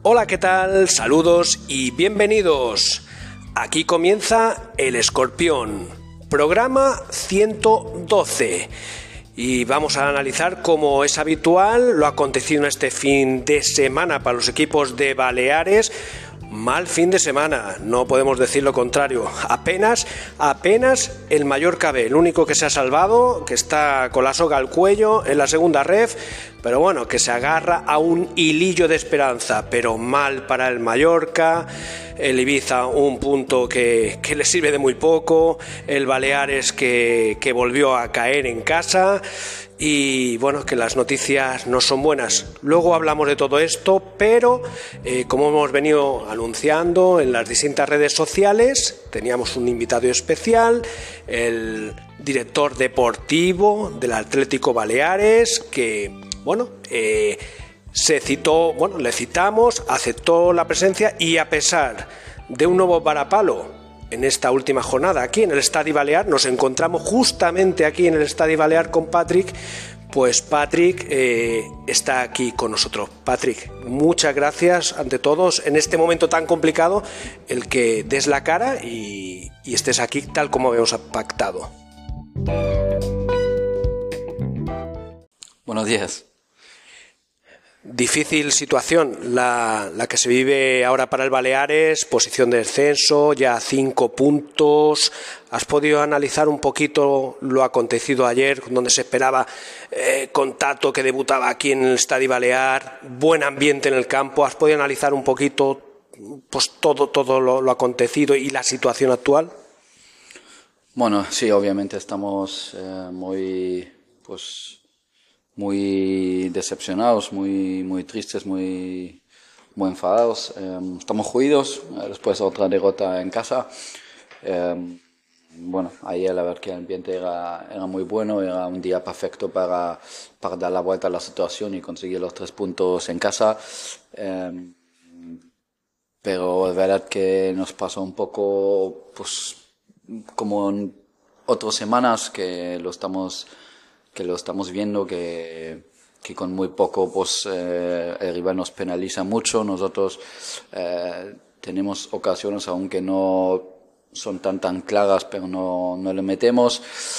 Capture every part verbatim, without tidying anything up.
Hola, ¿qué tal? Saludos y bienvenidos. Aquí comienza El Escorpión, programa ciento doce. Y vamos a analizar, como es habitual, lo acontecido en este fin de semana para los equipos de Baleares. Mal fin de semana, no podemos decir lo contrario. Apenas, apenas el Mallorca B, el único que se ha salvado, que está con la soga al cuello en la segunda ref, pero bueno, que se agarra a un hilillo de esperanza, pero mal para el Mallorca. El Ibiza, un punto que, que le sirve de muy poco. El Baleares que, que volvió a caer en casa. Y bueno, que las noticias no son buenas. Luego hablamos de todo esto, pero eh, como hemos venido anunciando en las distintas redes sociales, teníamos un invitado especial, el director deportivo del Atlético Baleares, que bueno, eh, se citó, bueno, le citamos, aceptó la presencia y a pesar de un nuevo varapalo en esta última jornada aquí en el Estadi Balear, nos encontramos justamente aquí en el Estadi Balear con Patrick. Pues Patrick eh, está aquí con nosotros. Patrick, muchas gracias ante todos en este momento tan complicado, el que des la cara y, y estés aquí tal como habíamos pactado. Buenos días. Difícil situación la, la que se vive ahora para el Baleares, posición de descenso, ya cinco puntos. ¿Has podido analizar un poquito lo acontecido ayer, donde se esperaba eh, con Tato, que debutaba aquí en el Estadi Balear, buen ambiente en el campo? ¿Has podido analizar un poquito pues todo, todo lo, lo acontecido y la situación actual? Bueno, sí, obviamente estamos eh, muy, pues... muy decepcionados, muy, muy tristes, muy, muy enfadados. Eh, estamos jodidos, eh, después otra derrota en casa. Eh, bueno, ayer la verdad que el ambiente era, era muy bueno, era un día perfecto para, para dar la vuelta a la situación y conseguir los tres puntos en casa. Eh, pero es verdad que nos pasó un poco, pues, como en otras semanas que lo estamos... que lo estamos viendo, que, que con muy poco pues eh, el rival nos penaliza mucho. Nosotros eh, tenemos ocasiones, aunque no son tan tan claras, pero no, no le metemos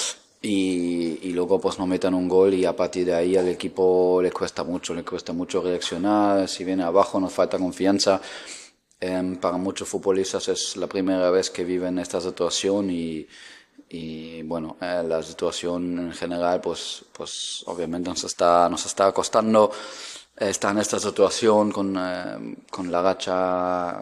y, y luego pues nos metan un gol y a partir de ahí al equipo le cuesta mucho, le cuesta mucho reaccionar. Si viene abajo nos falta confianza. Eh, para muchos futbolistas es la primera vez que viven esta situación y y bueno, eh, la situación en general pues pues obviamente nos está nos está costando eh, estar en esta situación con eh, con la racha,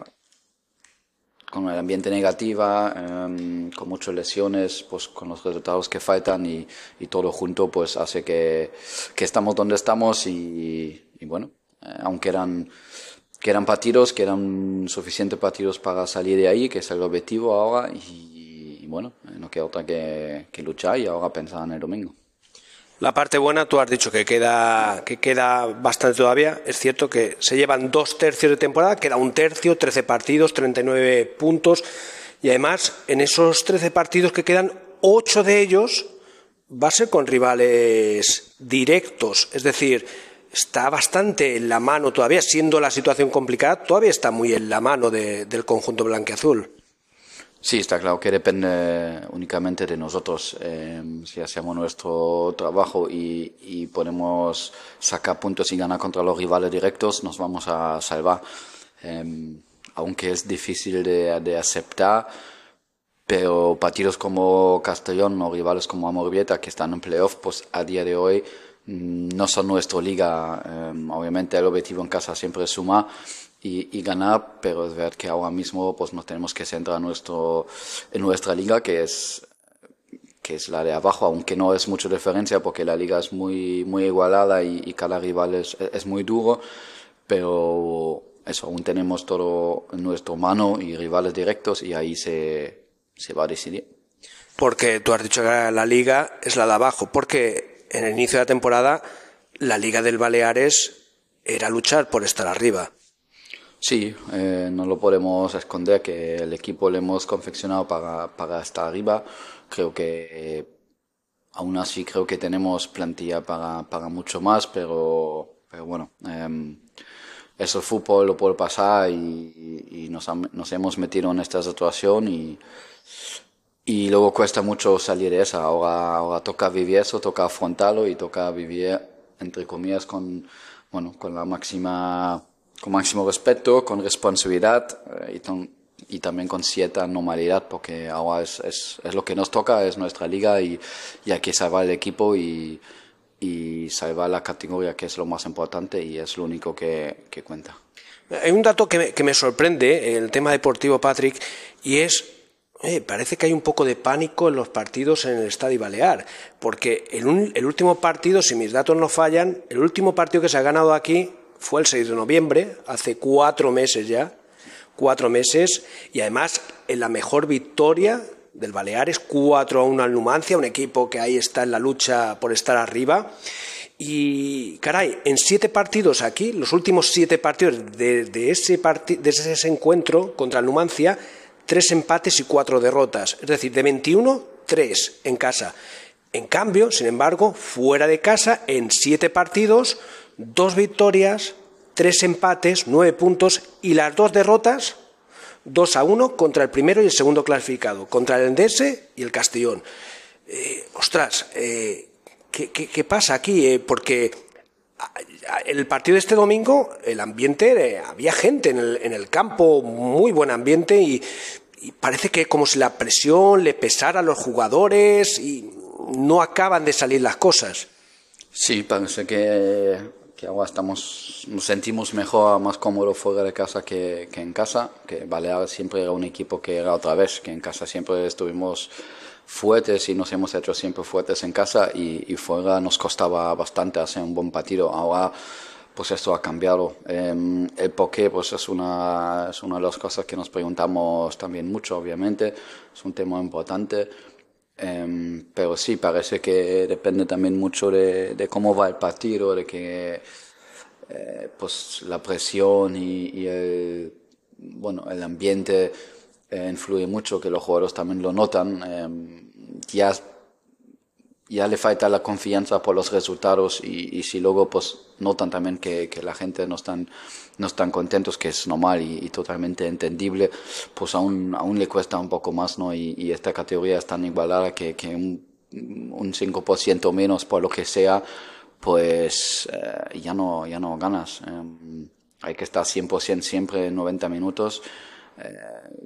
con el ambiente negativa, eh, con muchas lesiones, pues con los resultados que faltan y, y todo junto pues hace que, que estamos donde estamos y, y bueno, eh, aunque eran que eran partidos, que eran suficientes partidos para salir de ahí, que es el objetivo ahora y Y bueno, no queda otra que, que luchar y ahora pensar en el domingo. La parte buena, tú has dicho que queda, que queda bastante todavía. Es cierto que se llevan dos tercios de temporada, queda un tercio, trece partidos, treinta y nueve puntos. Y además, en esos trece partidos que quedan, ocho de ellos va a ser con rivales directos. Es decir, está bastante en la mano todavía, siendo la situación complicada, todavía está muy en la mano de, del conjunto blanquiazul. Sí, está claro que depende únicamente de nosotros. Eh, si hacemos nuestro trabajo y, y podemos sacar puntos y ganar contra los rivales directos, nos vamos a salvar. Eh, aunque es difícil de, de aceptar, pero partidos como Castellón o rivales como Amorebieta que están en playoff, pues a día de hoy no son nuestra liga. Eh, obviamente el objetivo en casa siempre es sumar Y, y ganar, pero es verdad que ahora mismo pues nos tenemos que centrar en, nuestro, en nuestra liga, que es, que es la de abajo, aunque no es mucha diferencia porque la liga es muy, muy igualada y, y cada rival es, es muy duro, pero eso, aún tenemos todo en nuestra mano y rivales directos y ahí se, se va a decidir. Porque tú has dicho que la liga es la de abajo, porque en el inicio de la temporada la liga del Baleares era luchar por estar arriba. Sí, eh, no lo podemos esconder que el equipo lo hemos confeccionado para, para estar arriba. Creo que eh, aún así creo que tenemos plantilla para, para mucho más, pero, pero bueno, eh, es el fútbol, lo puede pasar y, y nos, nos hemos metido en esta situación y, y luego cuesta mucho salir de esa. Ahora, ahora toca vivir eso, toca afrontarlo y toca vivir, entre comillas, con, bueno, con la máxima, con máximo respeto, con responsabilidad eh, y, ton, y también con cierta normalidad, porque ahora es, es, es lo que nos toca, es nuestra liga y, y hay que salvar el equipo y, y salvar la categoría, que es lo más importante y es lo único que, que cuenta. Hay un dato que me, que me sorprende, el tema deportivo, Patrick, y es, eh, parece que hay un poco de pánico en los partidos en el Estadio Balear, porque el, un, el último partido, si mis datos no fallan, el último partido que se ha ganado aquí fue el seis de noviembre, hace cuatro meses ya, cuatro meses, y además en la mejor victoria del Baleares, cuatro a uno al Numancia, un equipo que ahí está en la lucha por estar arriba. Y, caray, en siete partidos aquí, los últimos siete partidos de, de, ese, parti de ese encuentro contra el Numancia, tres empates y cuatro derrotas. Es decir, de veintiuno, tres en casa. En cambio, sin embargo, fuera de casa, en siete partidos, dos victorias, tres empates, nueve puntos y las dos derrotas, dos a uno contra el primero y el segundo clasificado, contra el Endese y el Castellón. Eh, ostras, eh, ¿qué, qué, ¿qué pasa aquí? Eh, porque en el partido de este domingo, el ambiente, eh, había gente en el, en el campo, muy buen ambiente y, y parece que como si la presión le pesara a los jugadores y no acaban de salir las cosas. Sí, parece que, que ahora estamos, nos sentimos mejor, más cómodos fuera de casa que, que en casa, que Baleares siempre era un equipo que era otra vez, que en casa siempre estuvimos fuertes y nos hemos hecho siempre fuertes en casa y, y fuera nos costaba bastante hacer un buen partido. Ahora pues esto ha cambiado. Eh, el porqué pues es una, es una de las cosas que nos preguntamos también mucho, obviamente, es un tema importante. Um, pero sí, parece que depende también mucho de, de cómo va el partido, de que eh, pues la presión y, y el, bueno, el ambiente eh, influye mucho, que los jugadores también lo notan. Eh, ya, ya le falta la confianza por los resultados y, y si luego pues notan también que, que la gente no están no están contentos, que es normal y, y totalmente entendible, pues aún, aún le cuesta un poco más, ¿no? Y, y esta categoría es tan igualada que, que un, un cinco por ciento menos por lo que sea, pues eh, ya no ya no ganas. Eh, hay que estar cien por ciento siempre en noventa minutos eh,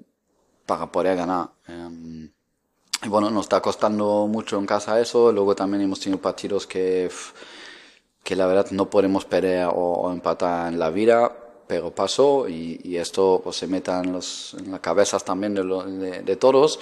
para poder ganar. Eh, y bueno, nos está costando mucho en casa eso. Luego también hemos tenido partidos que... que la verdad no podemos perder o, o empatar en la vida, pero pasó y, y esto pues se mete en, los, en las cabezas también de, lo, de, de todos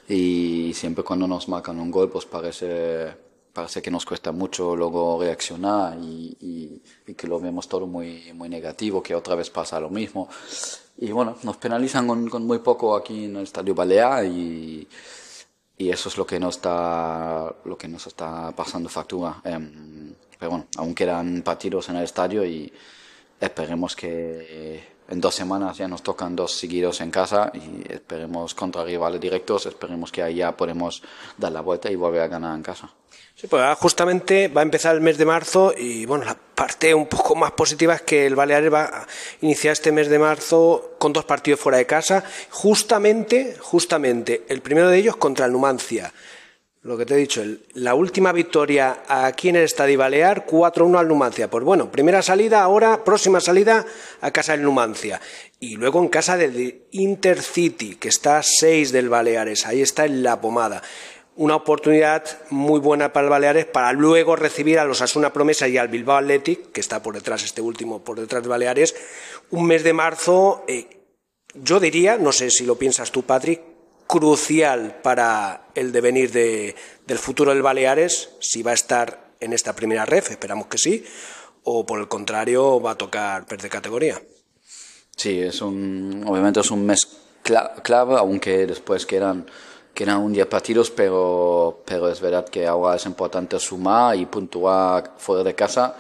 y siempre cuando nos marcan un gol pues parece, parece que nos cuesta mucho luego reaccionar y, y, y que lo vemos todo muy, muy negativo, que otra vez pasa lo mismo y bueno, nos penalizan con, con muy poco aquí en el Estadio Balear y, y eso es lo que nos está, lo que nos está pasando factura. Eh, Pero bueno, aún quedan partidos en el estadio y esperemos que en dos semanas ya nos tocan dos seguidos en casa y esperemos contra rivales directos, esperemos que ahí ya podemos dar la vuelta y volver a ganar en casa. Sí, pues ahora justamente va a empezar el mes de marzo y bueno, la parte un poco más positiva es que el Baleares va a iniciar este mes de marzo con dos partidos fuera de casa, justamente, justamente el primero de ellos contra el Numancia. Lo que te he dicho, el, la última victoria aquí en el Estadio Balear, cuatro a uno al Numancia. Pues bueno, primera salida, ahora próxima salida a casa del Numancia. Y luego en casa del Intercity, que está a seis del Baleares, ahí está en la pomada. Una oportunidad muy buena para el Baleares para luego recibir a los Osasuna Promesa y al Bilbao Athletic, que está por detrás, este último por detrás de Baleares. Un mes de marzo, eh, yo diría, no sé si lo piensas tú, Patrick, crucial para el devenir de, del futuro del Baleares, si va a estar en esta primera ref, esperamos que sí, o por el contrario va a tocar perder categoría. Sí, es un, obviamente es un mes clave, aunque después quedan, quedan un día partidos, pero, pero es verdad que ahora es importante sumar y puntuar fuera de casa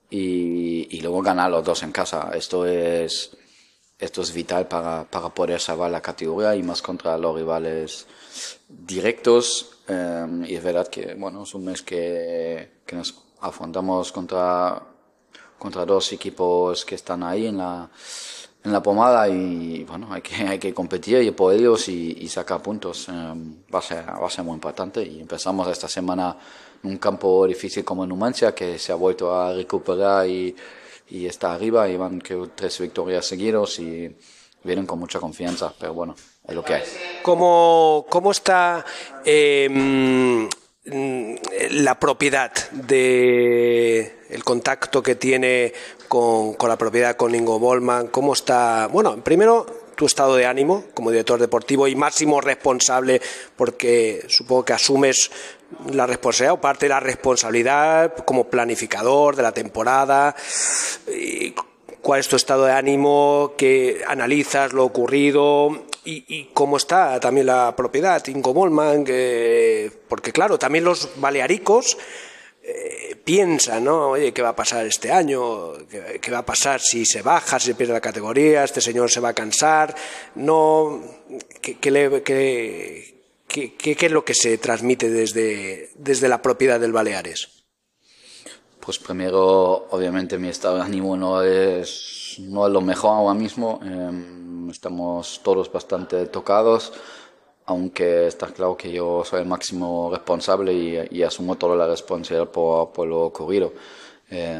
y, y luego ganar los dos en casa. Esto es... Esto es vital para, para poder salvar la categoría y más contra los rivales directos. Um, y es verdad que bueno, es un mes que, que nos afrontamos contra contra dos equipos que están ahí en la, en la pomada y bueno, hay que, hay que competir y por ellos y, y sacar puntos. Um, va, a ser, va a ser muy importante y empezamos esta semana en un campo difícil como Numancia, que se ha vuelto a recuperar y, y está arriba y van creo tres victorias seguidos y vienen con mucha confianza, pero bueno, es lo que hay. ¿Cómo, cómo está eh, la propiedad de el contacto que tiene con, con la propiedad, con Ingo Bollmann? ¿Cómo está? Bueno, primero tu estado de ánimo como director deportivo y máximo responsable, porque supongo que asumes la responsabilidad o parte de la responsabilidad como planificador de la temporada. ¿Cuál es tu estado de ánimo? ¿Qué analizas lo ocurrido? Y, y cómo está también la propiedad, Ingo Bollmann, que, porque claro, también los balearicos eh, piensan, ¿no? Oye, ¿qué va a pasar este año? ¿Qué, ¿Qué va a pasar si se baja, si se pierde la categoría? ¿Este señor se va a cansar? No, ¿qué, qué, le, qué, qué, qué, qué es lo que se transmite desde, desde la propiedad del Baleares? Pues primero, obviamente mi estado de ánimo no es, no es lo mejor ahora mismo. Eh, estamos todos bastante tocados, aunque está claro que yo soy el máximo responsable y, y asumo toda la responsabilidad por, por lo ocurrido. Eh,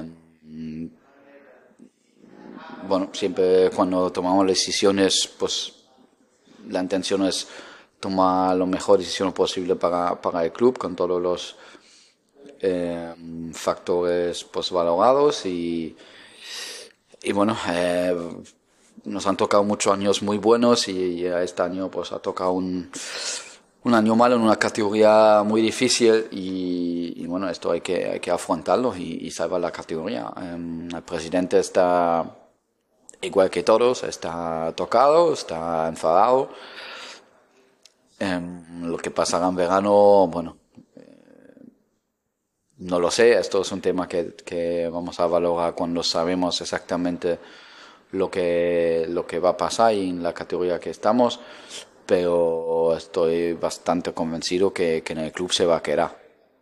bueno, siempre cuando tomamos decisiones, pues la intención es tomar la mejor decisión posible para, para el club, con todos los Eh, factores pues valorados y, y bueno, eh, nos han tocado muchos años muy buenos y, y este año pues ha tocado un, un año malo en una categoría muy difícil y, y bueno, esto hay que, hay que afrontarlo y, y salvar la categoría. Eh, el presidente está igual que todos, está tocado, está enfadado. Eh, lo que pasará en verano, bueno, no lo sé, esto es un tema que, que vamos a valorar cuando sabemos exactamente lo que, lo que va a pasar y en la categoría que estamos, pero estoy bastante convencido que, que en el club se va a quedar.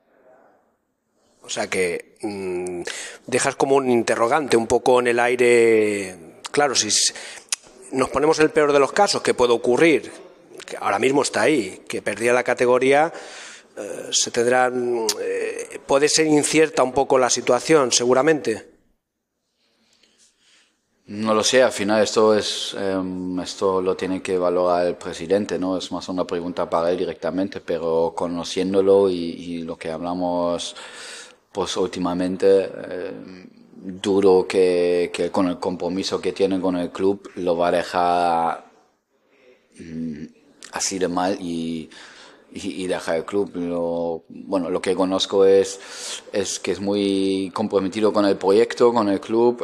O sea que mmm, dejas como un interrogante un poco en el aire. Claro, si nos ponemos el peor de los casos, que puede ocurrir, que ahora mismo está ahí, que perdía la categoría. Eh, se tendrán eh, puede ser incierta un poco la situación, seguramente. No lo sé, al final esto es eh, esto lo tiene que valorar el presidente, no es más una pregunta para él directamente, pero conociéndolo y, y lo que hablamos pues últimamente, eh, dudo que, que con el compromiso que tiene con el club lo va a dejar mm, así de mal y Y, y deja el club. Lo, bueno, lo que conozco es, es que es muy comprometido con el proyecto, con el club.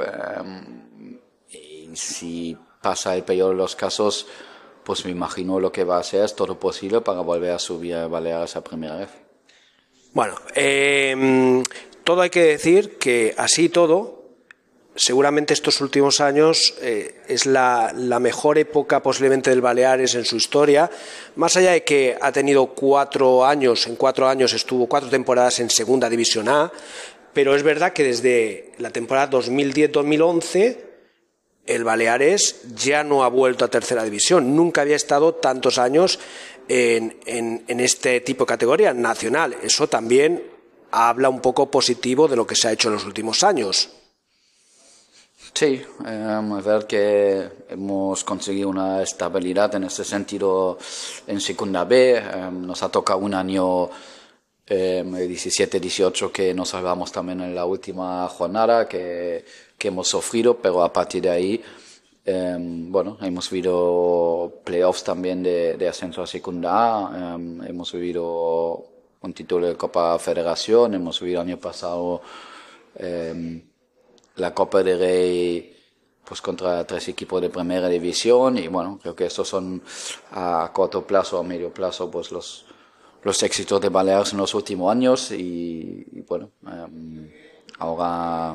Eh, y si pasa el peor de los casos, pues me imagino lo que va a hacer es todo lo posible para volver a subir a Baleares a primera vez. Bueno, eh, todo hay que decir que así todo, seguramente estos últimos años eh, es la, la mejor época posiblemente del Baleares en su historia, más allá de que ha tenido cuatro años, en cuatro años estuvo cuatro temporadas en Segunda División A, pero es verdad que desde la temporada dos mil diez dos mil once el Baleares ya no ha vuelto a Tercera División, nunca había estado tantos años en, en, en este tipo de categoría nacional. Eso también habla un poco positivo de lo que se ha hecho en los últimos años. Sí, eh, es verdad que hemos conseguido una estabilidad en ese sentido en Segunda B. Eh, nos ha tocado un año eh, diecisiete dieciocho que nos salvamos también en la última jornada que, que hemos sufrido, pero a partir de ahí, eh, bueno, hemos vivido playoffs también de, de ascenso a Segunda A, eh, hemos vivido un título de Copa Federación, hemos vivido el año pasado eh, la Copa del Rey pues contra tres equipos de primera división y bueno, creo que estos son a corto plazo, a medio plazo pues los, los éxitos de Baleares en los últimos años y, y bueno, um, ahora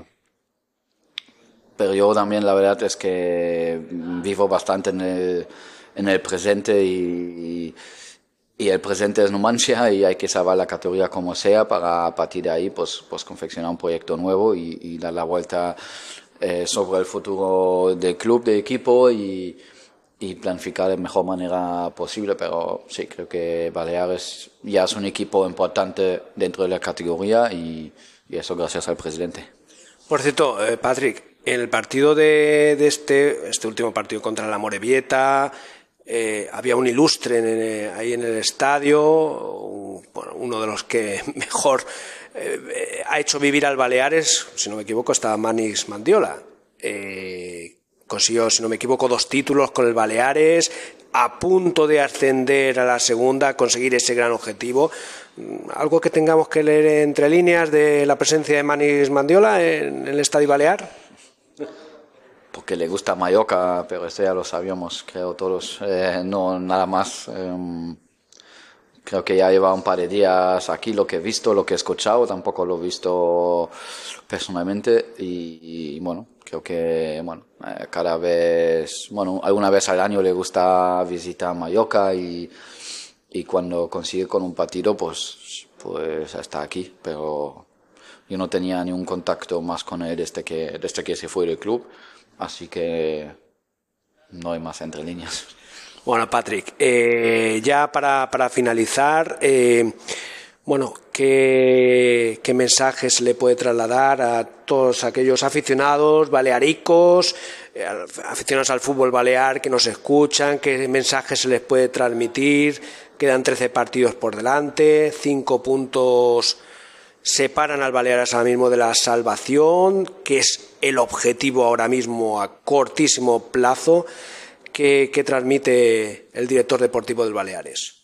pero yo también la verdad es que vivo bastante en el, en el presente y, y el presente es Numancia y hay que salvar la categoría como sea para a partir de ahí pues, pues confeccionar un proyecto nuevo y, y dar la vuelta eh, sobre el futuro del club, del equipo y, y planificar de mejor manera posible. Pero sí, creo que Baleares ya es un equipo importante dentro de la categoría y, y eso gracias al presidente. Por cierto, eh, Patrick, en el partido de, de este, este último partido contra la Morevieta, eh, había un ilustre en, en, ahí en el estadio, un, bueno, uno de los que mejor eh, ha hecho vivir al Baleares, si no me equivoco, estaba Manis Mandiola. Eh, consiguió, si no me equivoco, dos títulos con el Baleares, a punto de ascender a la segunda, conseguir ese gran objetivo. ¿Algo que tengamos que leer entre líneas de la presencia de Manis Mandiola en el Estadio Balear? Porque le gusta Mallorca, pero eso ya lo sabíamos, creo todos. Eh, no, nada más. Eh, creo que ya lleva un par de días aquí, lo que he visto, lo que he escuchado, tampoco lo he visto personalmente. Y, y bueno, creo que bueno, eh, cada vez, bueno, alguna vez al año le gusta visitar Mallorca y, y cuando consigue con un partido, pues, pues está aquí. Pero yo no tenía ningún contacto más con él desde que, desde que se fue del club. Así que no hay más entre líneas. Bueno, Patrick, eh, ya para, para finalizar, eh, bueno, ¿qué, ¿qué mensajes le puede trasladar a todos aquellos aficionados balearicos, eh, aficionados al fútbol balear que nos escuchan? ¿Qué mensajes se les puede transmitir? Quedan trece partidos por delante, cinco puntos separan al Baleares ahora mismo de la salvación, que es el objetivo ahora mismo a cortísimo plazo. ¿Qué, qué transmite el director deportivo del Baleares?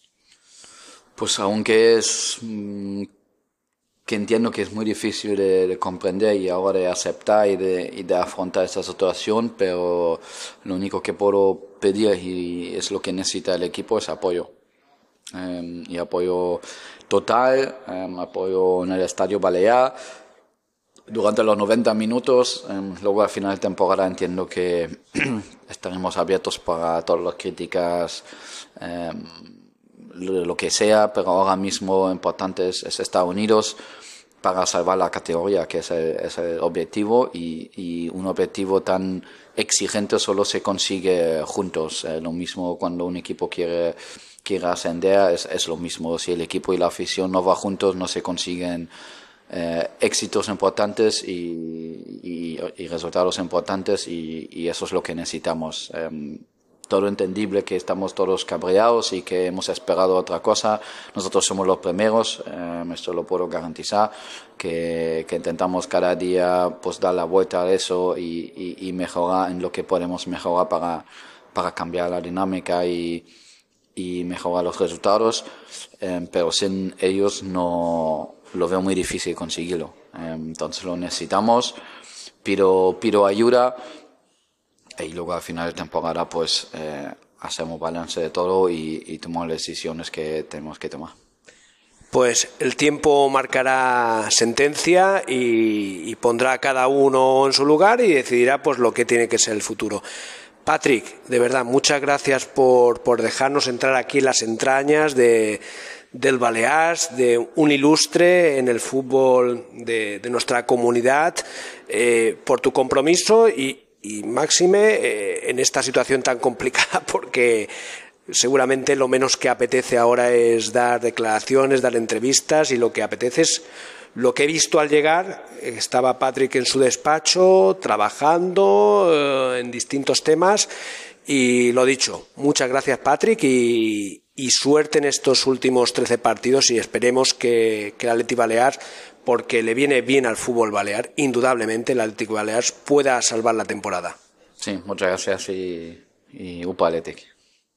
Pues aunque es mmm, que entiendo que es muy difícil de, de comprender y ahora de aceptar y de, y de afrontar esta situación, pero lo único que puedo pedir y es lo que necesita el equipo es apoyo. Um, y apoyo total, um, apoyo en el Estadio Balear durante los noventa minutos. Um, luego al final de temporada entiendo que estaremos abiertos para todas las críticas, um, lo, lo que sea, pero ahora mismo lo importante es, es estar unidos para salvar la categoría, que es el, es el objetivo, y, y un objetivo tan exigente solo se consigue juntos. Eh, lo mismo cuando un equipo quiere quiere ascender, es, es lo mismo. Si el equipo y la afición no van juntos, no se consiguen eh, éxitos importantes y, y, y resultados importantes, y, y eso es lo que necesitamos. Eh, todo entendible que estamos todos cabreados y que hemos esperado otra cosa. Nosotros somos los primeros, eh, esto lo puedo garantizar, que, que intentamos cada día pues dar la vuelta a eso y, y, y mejorar en lo que podemos mejorar para, para cambiar la dinámica y y mejorar los resultados, eh, pero sin ellos no lo veo muy difícil conseguirlo. Eh, entonces lo necesitamos, pido, pido ayuda y luego al final de temporada pues eh, hacemos balance de todo y, y tomamos las decisiones que tenemos que tomar. Pues el tiempo marcará sentencia y, y pondrá a cada uno en su lugar y decidirá pues lo que tiene que ser el futuro. Patrick, de verdad, muchas gracias por, por dejarnos entrar aquí en las entrañas de, del Balears, de un ilustre en el fútbol de, de nuestra comunidad, eh, por tu compromiso y, y máxime eh, en esta situación tan complicada, porque seguramente lo menos que apetece ahora es dar declaraciones, dar entrevistas, y lo que apetece es lo que he visto al llegar. Estaba Patrick en su despacho trabajando eh, en distintos temas y lo dicho, muchas gracias Patrick y, y suerte en estos últimos trece partidos y esperemos que, que el Athletic Balears, porque le viene bien al fútbol balear, indudablemente el Athletic Balears pueda salvar la temporada. Sí, muchas gracias y, y upa Athletic.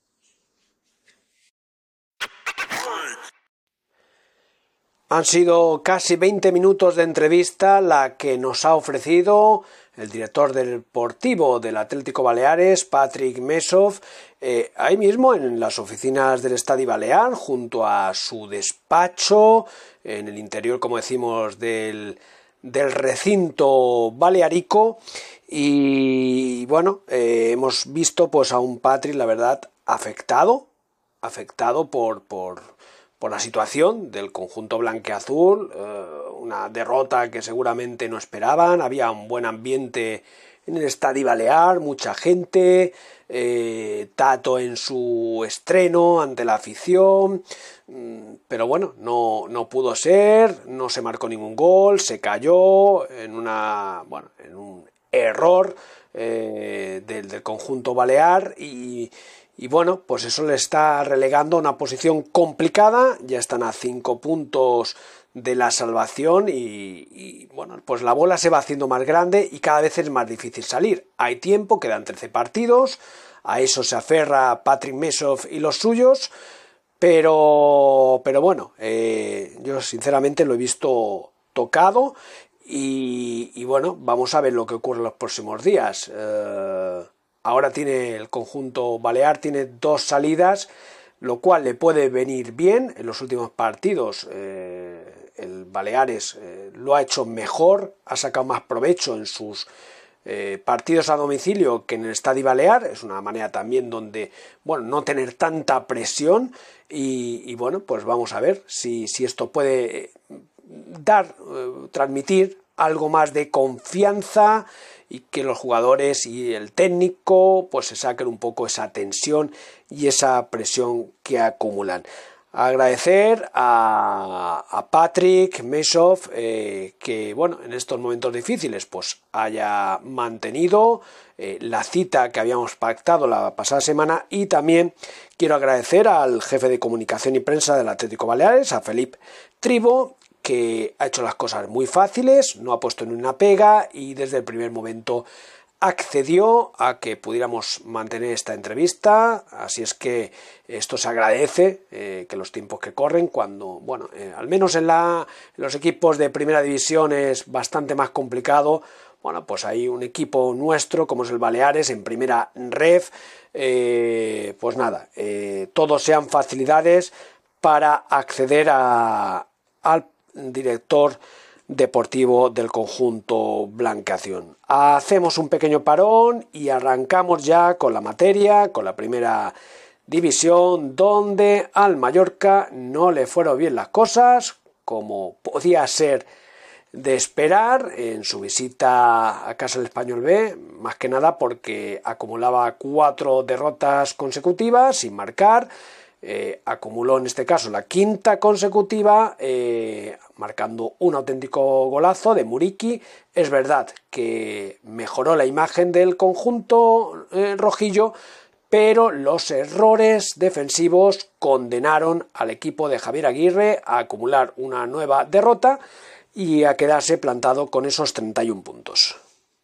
Han sido casi veinte minutos de entrevista la que nos ha ofrecido el director deportivo del Atlético Baleares, Patrick Mesov, eh, ahí mismo en las oficinas del Estadio Balear, junto a su despacho, en el interior, como decimos, del, del recinto balearico. Y bueno, eh, hemos visto pues a un Patrick, la verdad, afectado, afectado por, por, por la situación del conjunto blanqueazul, eh, una derrota que seguramente no esperaban. Había un buen ambiente en el Estadio Balear, mucha gente, eh, Tato en su estreno ante la afición, pero bueno, no, no pudo ser, no se marcó ningún gol, se cayó en una, bueno, en un error eh, del, del conjunto balear y, y bueno, pues eso le está relegando a una posición complicada. Ya están a cinco puntos de la salvación y, y bueno, pues la bola se va haciendo más grande y cada vez es más difícil salir. Hay tiempo, quedan trece partidos, a eso se aferra Patrick Mesov y los suyos, pero, pero bueno, eh, yo sinceramente lo he visto tocado y, y bueno, vamos a ver lo que ocurre en los próximos días. Eh, ahora tiene el conjunto balear, tiene dos salidas, lo cual le puede venir bien. En los últimos partidos eh, el Baleares eh, lo ha hecho mejor, ha sacado más provecho en sus eh, partidos a domicilio que en el Estadio Balear. Es una manera también donde, bueno, no tener tanta presión y, y bueno, pues vamos a ver si, si esto puede dar, eh, transmitir algo más de confianza y que los jugadores y el técnico pues se saquen un poco esa tensión y esa presión que acumulan. Agradecer a, a Patrick Mesov eh, que bueno, en estos momentos difíciles pues haya mantenido eh, la cita que habíamos pactado la pasada semana, y también quiero agradecer al jefe de comunicación y prensa del Atlético Baleares, a Felip Tribo, que ha hecho las cosas muy fáciles, no ha puesto ni una pega y desde el primer momento accedió a que pudiéramos mantener esta entrevista. Así es que esto se agradece, eh, que los tiempos que corren, cuando, bueno, eh, al menos en, la, en los equipos de primera división es bastante más complicado. Bueno, pues hay un equipo nuestro como es el Baleares en primera ref, eh, pues nada, eh, todos sean facilidades para acceder a, al director deportivo del conjunto blanqueazul. Hacemos un pequeño parón y arrancamos ya con la materia, con la primera división, donde al Mallorca no le fueron bien las cosas, como podía ser de esperar en su visita a casa del Español B, más que nada porque acumulaba cuatro derrotas consecutivas sin marcar. Eh, acumuló en este caso la quinta consecutiva, eh, marcando un auténtico golazo de Muriqui. Es verdad que mejoró la imagen del conjunto eh, rojillo, pero los errores defensivos condenaron al equipo de Javier Aguirre a acumular una nueva derrota y a quedarse plantado con esos treinta y un puntos.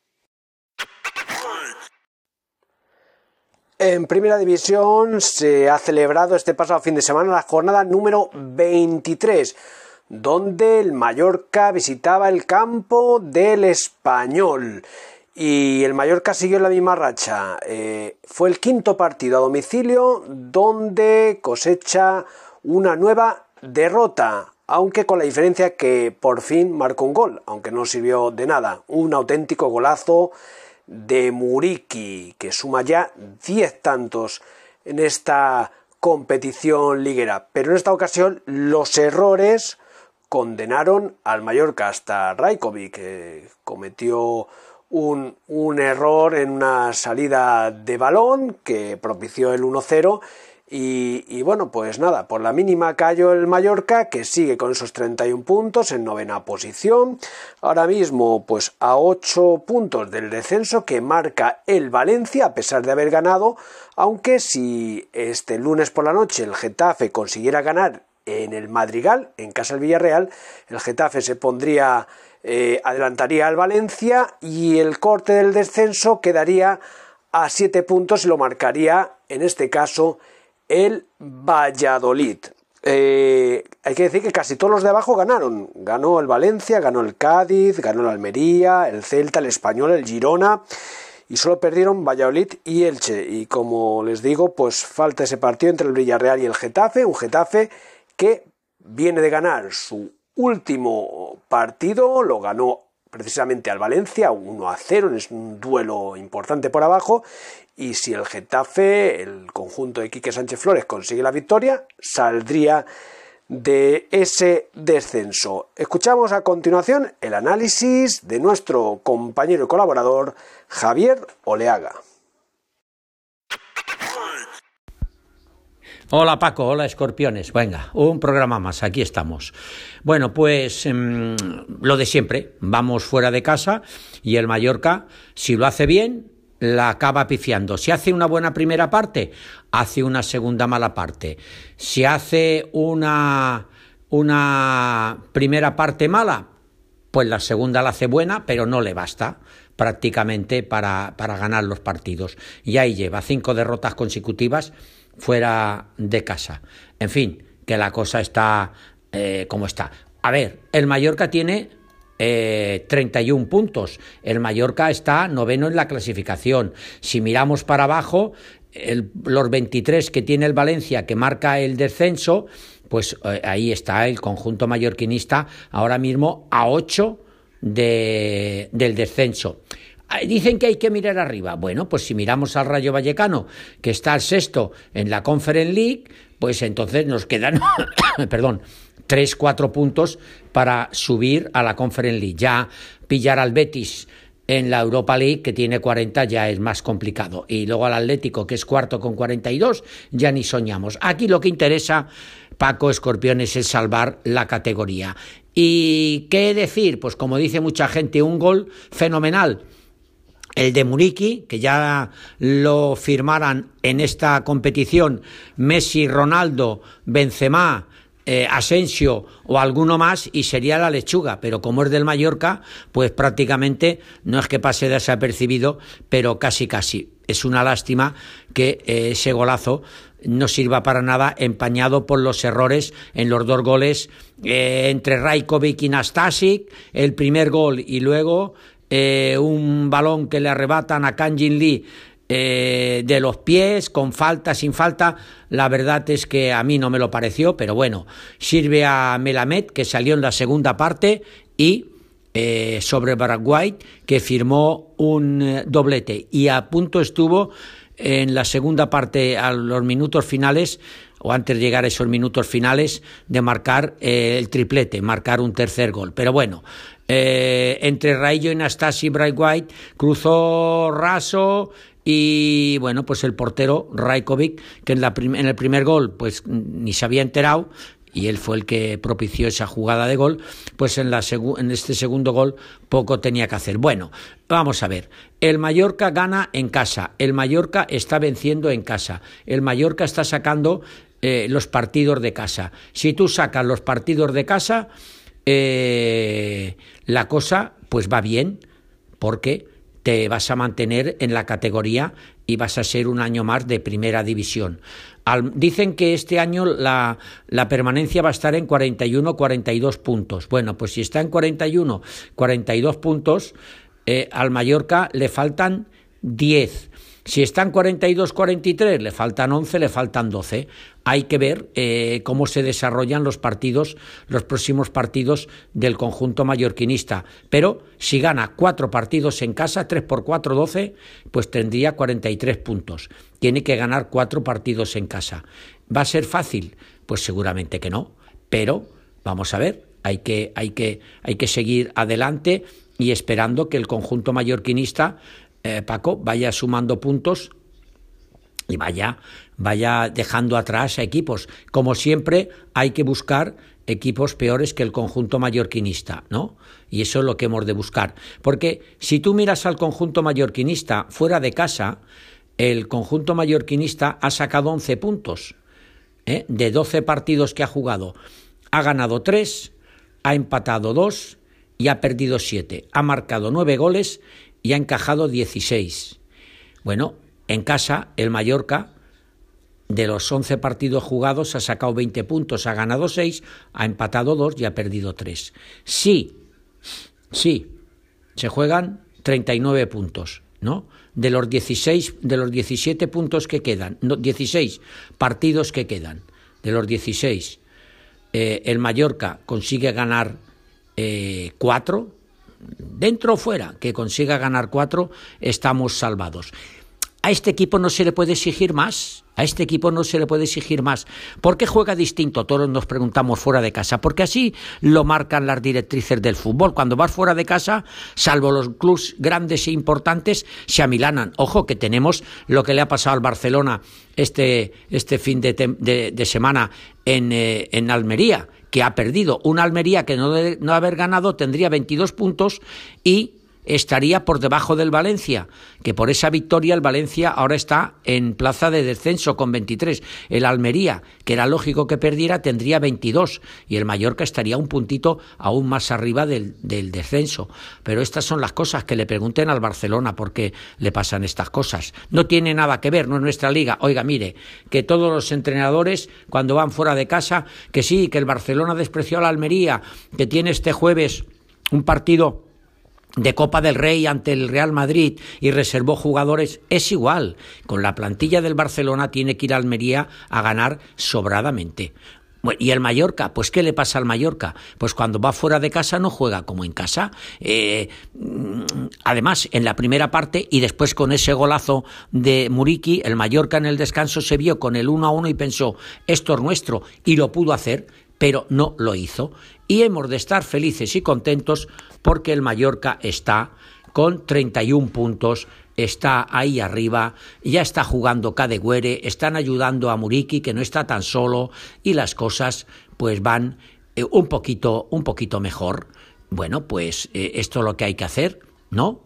En primera división se ha celebrado este pasado fin de semana la jornada número veintitrés, donde el Mallorca visitaba el campo del Español y el Mallorca siguió en la misma racha. Eh, fue el quinto partido a domicilio donde cosecha una nueva derrota, aunque con la diferencia que por fin marcó un gol, aunque no sirvió de nada. Un auténtico golazo de Muriqui, que suma ya diez tantos en esta competición liguera, pero en esta ocasión los errores condenaron al Mallorca. Hasta Rajkovic, que cometió un, un error en una salida de balón que propició el uno cero. Y, y bueno, pues nada, por la mínima cayó el Mallorca, que sigue con esos treinta y un puntos en novena posición. Ahora mismo, pues a ocho puntos del descenso que marca el Valencia, a pesar de haber ganado, aunque si este lunes por la noche el Getafe consiguiera ganar en el Madrigal, en casa del Villarreal, el Getafe se pondría, eh, adelantaría al Valencia y el corte del descenso quedaría a siete puntos y lo marcaría, en este caso, el Valladolid. Eh, hay que decir que casi todos los de abajo ganaron. Ganó el Valencia, ganó el Cádiz, ganó el Almería, el Celta, el Español, el Girona, y solo perdieron Valladolid y Elche. Y como les digo, pues falta ese partido entre el Villarreal y el Getafe, un Getafe que viene de ganar su último partido, lo ganó precisamente al Valencia uno a cero, es un duelo importante por abajo, y si el Getafe, el conjunto de Quique Sánchez Flores, consigue la victoria, saldría de ese descenso. Escuchamos a continuación el análisis de nuestro compañero y colaborador Javier Oleaga. Hola Paco, hola Escorpiones, venga, un programa más, aquí estamos. Bueno, pues mmm, lo de siempre, vamos fuera de casa y el Mallorca, si lo hace bien, la acaba pifiando. Si hace una buena primera parte, hace una segunda mala parte. Si hace una, una primera parte mala, pues la segunda la hace buena, pero no le basta prácticamente para, para ganar los partidos. Y ahí lleva cinco derrotas consecutivas fuera de casa. En fin, que la cosa está eh, como está. A ver, el Mallorca tiene eh, treinta y un puntos. El Mallorca está noveno en la clasificación. Si miramos para abajo, el, los veintitrés que tiene el Valencia, que marca el descenso, pues eh, ahí está el conjunto mallorquinista ahora mismo a ocho de, del descenso. Dicen que hay que mirar arriba. Bueno, pues si miramos al Rayo Vallecano, que está al sexto en la Conference League, pues entonces nos quedan, perdón, tres, cuatro puntos para subir a la Conference League. Ya pillar al Betis en la Europa League, que tiene cuarenta, ya es más complicado. Y luego al Atlético, que es cuarto con cuarenta y dos, ya ni soñamos. Aquí lo que interesa, Paco, Escorpiones, es salvar la categoría. ¿Y qué decir? Pues como dice mucha gente, un gol fenomenal. El de Muriqui, que ya lo firmaran en esta competición Messi, Ronaldo, Benzema, eh, Asensio o alguno más, y sería la lechuga, pero como es del Mallorca, pues prácticamente no es que pase desapercibido, pero casi casi. Es una lástima que eh, ese golazo no sirva para nada, empañado por los errores en los dos goles eh, entre Rajkovic y Nastasic, el primer gol y luego Eh, un balón que le arrebatan a Kang Jin Lee eh, de los pies, con falta, sin falta. La verdad es que a mí no me lo pareció, pero bueno, sirve a Melamed, que salió en la segunda parte, y eh, sobre Paraguay, que firmó un eh, doblete, y a punto estuvo en la segunda parte, a los minutos finales, o antes de llegar a esos minutos finales, de marcar eh, el triplete, marcar un tercer gol. Pero bueno, eh, entre Raillo y Nastasi Braithwaite cruzó raso, y bueno, pues el portero Rajkovic, que en, la prim- en el primer gol pues ni se había enterado, y él fue el que propició esa jugada de gol, pues en, la segu- en este segundo gol poco tenía que hacer. Bueno, vamos a ver, el Mallorca gana en casa, el Mallorca está venciendo en casa, el Mallorca está sacando eh, los partidos de casa. Si tú sacas los partidos de casa, eh, la cosa pues va bien, porque te vas a mantener en la categoría y vas a ser un año más de primera división. Al, dicen que este año la, la permanencia va a estar en cuarenta y uno, cuarenta y dos puntos. Bueno, pues si está en cuarenta y uno, cuarenta y dos puntos, eh, al Mallorca le faltan diez. Si está en cuarenta y dos, cuarenta y tres, le faltan once, le faltan doce. Hay que ver eh, cómo se desarrollan los partidos, los próximos partidos del conjunto mallorquinista. Pero si gana cuatro partidos en casa, tres por cuatro, doce, pues tendría cuarenta y tres puntos. Tiene que ganar cuatro partidos en casa. ¿Va a ser fácil? Pues seguramente que no. Pero vamos a ver, hay que, hay que, hay que seguir adelante y esperando que el conjunto mallorquinista, Eh, Paco, vaya sumando puntos y vaya, vaya dejando atrás a equipos. Como siempre, hay que buscar equipos peores que el conjunto mallorquinista, ¿no? Y eso es lo que hemos de buscar. Porque si tú miras al conjunto mallorquinista fuera de casa, el conjunto mallorquinista ha sacado once puntos, ¿eh? De doce partidos que ha jugado. Ha ganado tres, ha empatado dos y ha perdido siete. Ha marcado nueve goles y ha encajado dieciséis. Bueno, en casa el Mallorca, de los once partidos jugados, ha sacado veinte puntos, ha ganado seis, ha empatado dos y ha perdido tres. Sí, sí, se juegan treinta y nueve puntos, ¿no? De los dieciséis, de los diecisiete puntos que quedan, no, dieciséis partidos que quedan, de los dieciséis, eh, el Mallorca consigue ganar eh, cuatro, dentro o fuera, que consiga ganar cuatro, estamos salvados. A este equipo no se le puede exigir más, a este equipo no se le puede exigir más. ¿Por qué juega distinto? Todos nos preguntamos fuera de casa, porque así lo marcan las directrices del fútbol. Cuando vas fuera de casa, salvo los clubes grandes e importantes, se amilanan. Ojo, que tenemos lo que le ha pasado al Barcelona este, este fin de, de, de semana en, eh, en Almería, que ha perdido. Una Almería que no de no haber ganado tendría veintidós puntos y estaría por debajo del Valencia, que por esa victoria el Valencia ahora está en plaza de descenso con veintitrés. El Almería, que era lógico que perdiera, tendría veintidós y el Mallorca estaría un puntito aún más arriba del, del descenso. Pero estas son las cosas que le pregunten al Barcelona por qué le pasan estas cosas. No tiene nada que ver, no es nuestra liga. Oiga, mire, que todos los entrenadores cuando van fuera de casa, que sí, que el Barcelona despreció a la Almería, que tiene este jueves un partido de Copa del Rey ante el Real Madrid y reservó jugadores, es igual. Con la plantilla del Barcelona tiene que ir a Almería a ganar sobradamente. Bueno, ¿y el Mallorca? Pues ¿qué le pasa al Mallorca? Pues cuando va fuera de casa no juega como en casa. Eh, además, en la primera parte y después con ese golazo de Muriqui, el Mallorca en el descanso se vio con el uno a uno y pensó, esto es nuestro, y lo pudo hacer, pero no lo hizo. Y hemos de estar felices y contentos porque el Mallorca está con treinta y un puntos, está ahí arriba, ya está jugando Kadewere, están ayudando a Muriqui, que no está tan solo, y las cosas pues van eh, un poquito, un poquito mejor. Bueno, pues eh, esto es lo que hay que hacer, ¿no?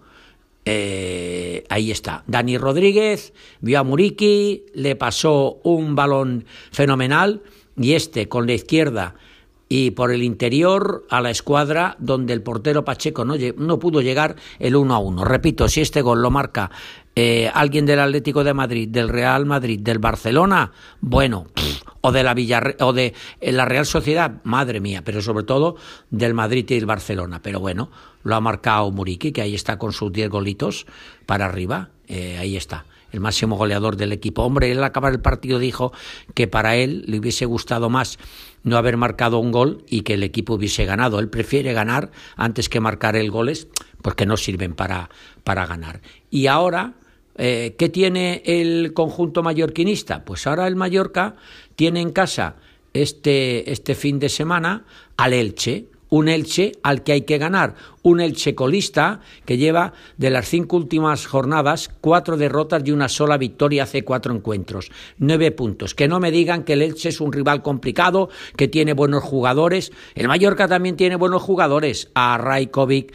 Eh, ahí está. Dani Rodríguez vio a Muriqui, le pasó un balón fenomenal, y este con la izquierda y por el interior a la escuadra donde el portero Pacheco no, no pudo llegar, el uno a uno. Repito, si este gol lo marca eh, alguien del Atlético de Madrid, del Real Madrid, del Barcelona, bueno, pff, o de la Villarre o de eh, la Real Sociedad, madre mía, pero sobre todo del Madrid y el Barcelona. Pero bueno, lo ha marcado Muriqui, que ahí está con sus diez golitos para arriba, eh, ahí está. El máximo goleador del equipo. Hombre, él al acabar el partido dijo que para él le hubiese gustado más no haber marcado un gol y que el equipo hubiese ganado. Él prefiere ganar antes que marcar el goles porque no sirven para, para ganar. Y ahora, eh, ¿qué tiene el conjunto mallorquinista? Pues ahora el Mallorca tiene en casa este, este fin de semana al Elche. Un Elche al que hay que ganar, un Elche colista que lleva de las cinco últimas jornadas cuatro derrotas y una sola victoria hace cuatro encuentros, nueve puntos. Que no me digan que el Elche es un rival complicado, que tiene buenos jugadores. El Mallorca también tiene buenos jugadores, a Rajkovic,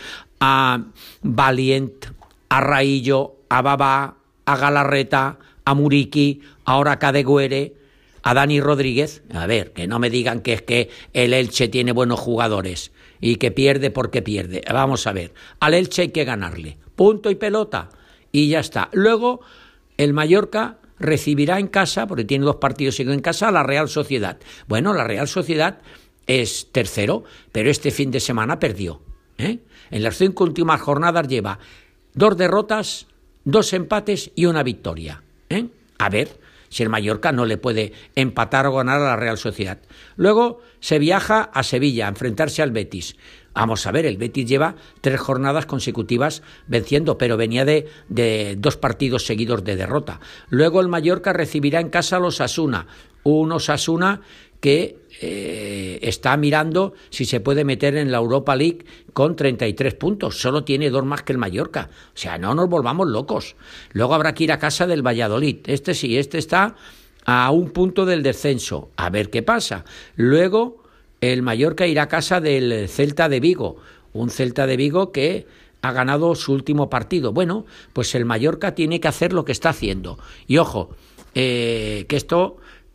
a Valiente, a Raillo, a Babá, a Galarreta, a Muriqui, ahora a Kadewere, a Dani Rodríguez. A ver, que no me digan que es que el Elche tiene buenos jugadores y que pierde porque pierde. Vamos a ver, al Elche hay que ganarle, punto y pelota, y ya está. Luego el Mallorca recibirá en casa, porque tiene dos partidos seguidos en casa, a la Real Sociedad. Bueno, la Real Sociedad es tercero, pero este fin de semana perdió, ¿eh? En las cinco últimas jornadas lleva dos derrotas, dos empates y una victoria, ¿eh? A ver si el Mallorca no le puede empatar o ganar a la Real Sociedad. Luego se viaja a Sevilla a enfrentarse al Betis. Vamos a ver, el Betis lleva tres jornadas consecutivas venciendo, pero venía de, de dos partidos seguidos de derrota. Luego el Mallorca recibirá en casa a los Osasuna, un Osasuna que eh, está mirando si se puede meter en la Europa League con treinta y tres puntos, solo tiene dos más que el Mallorca, o sea, no nos volvamos locos. Luego habrá que ir a casa del Valladolid, este sí, este está a un punto del descenso, a ver qué pasa. Luego el Mallorca irá a casa del Celta de Vigo, un Celta de Vigo que ha ganado su último partido. Bueno, pues el Mallorca tiene que hacer lo que está haciendo, y ojo, eh, que esto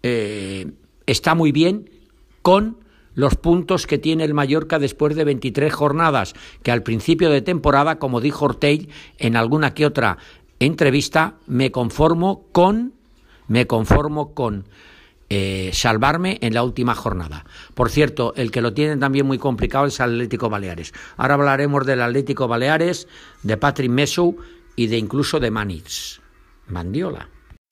eh, está muy bien con los puntos que tiene el Mallorca después de veintitrés jornadas, que al principio de temporada, como dijo Ortell en alguna que otra entrevista, me conformo con, me conformo con eh, salvarme en la última jornada. Por cierto, el que lo tiene también muy complicado es el Atlético Baleares. Ahora hablaremos del Atlético Baleares, de Patrick Mesou y de incluso de Manix Mandiola.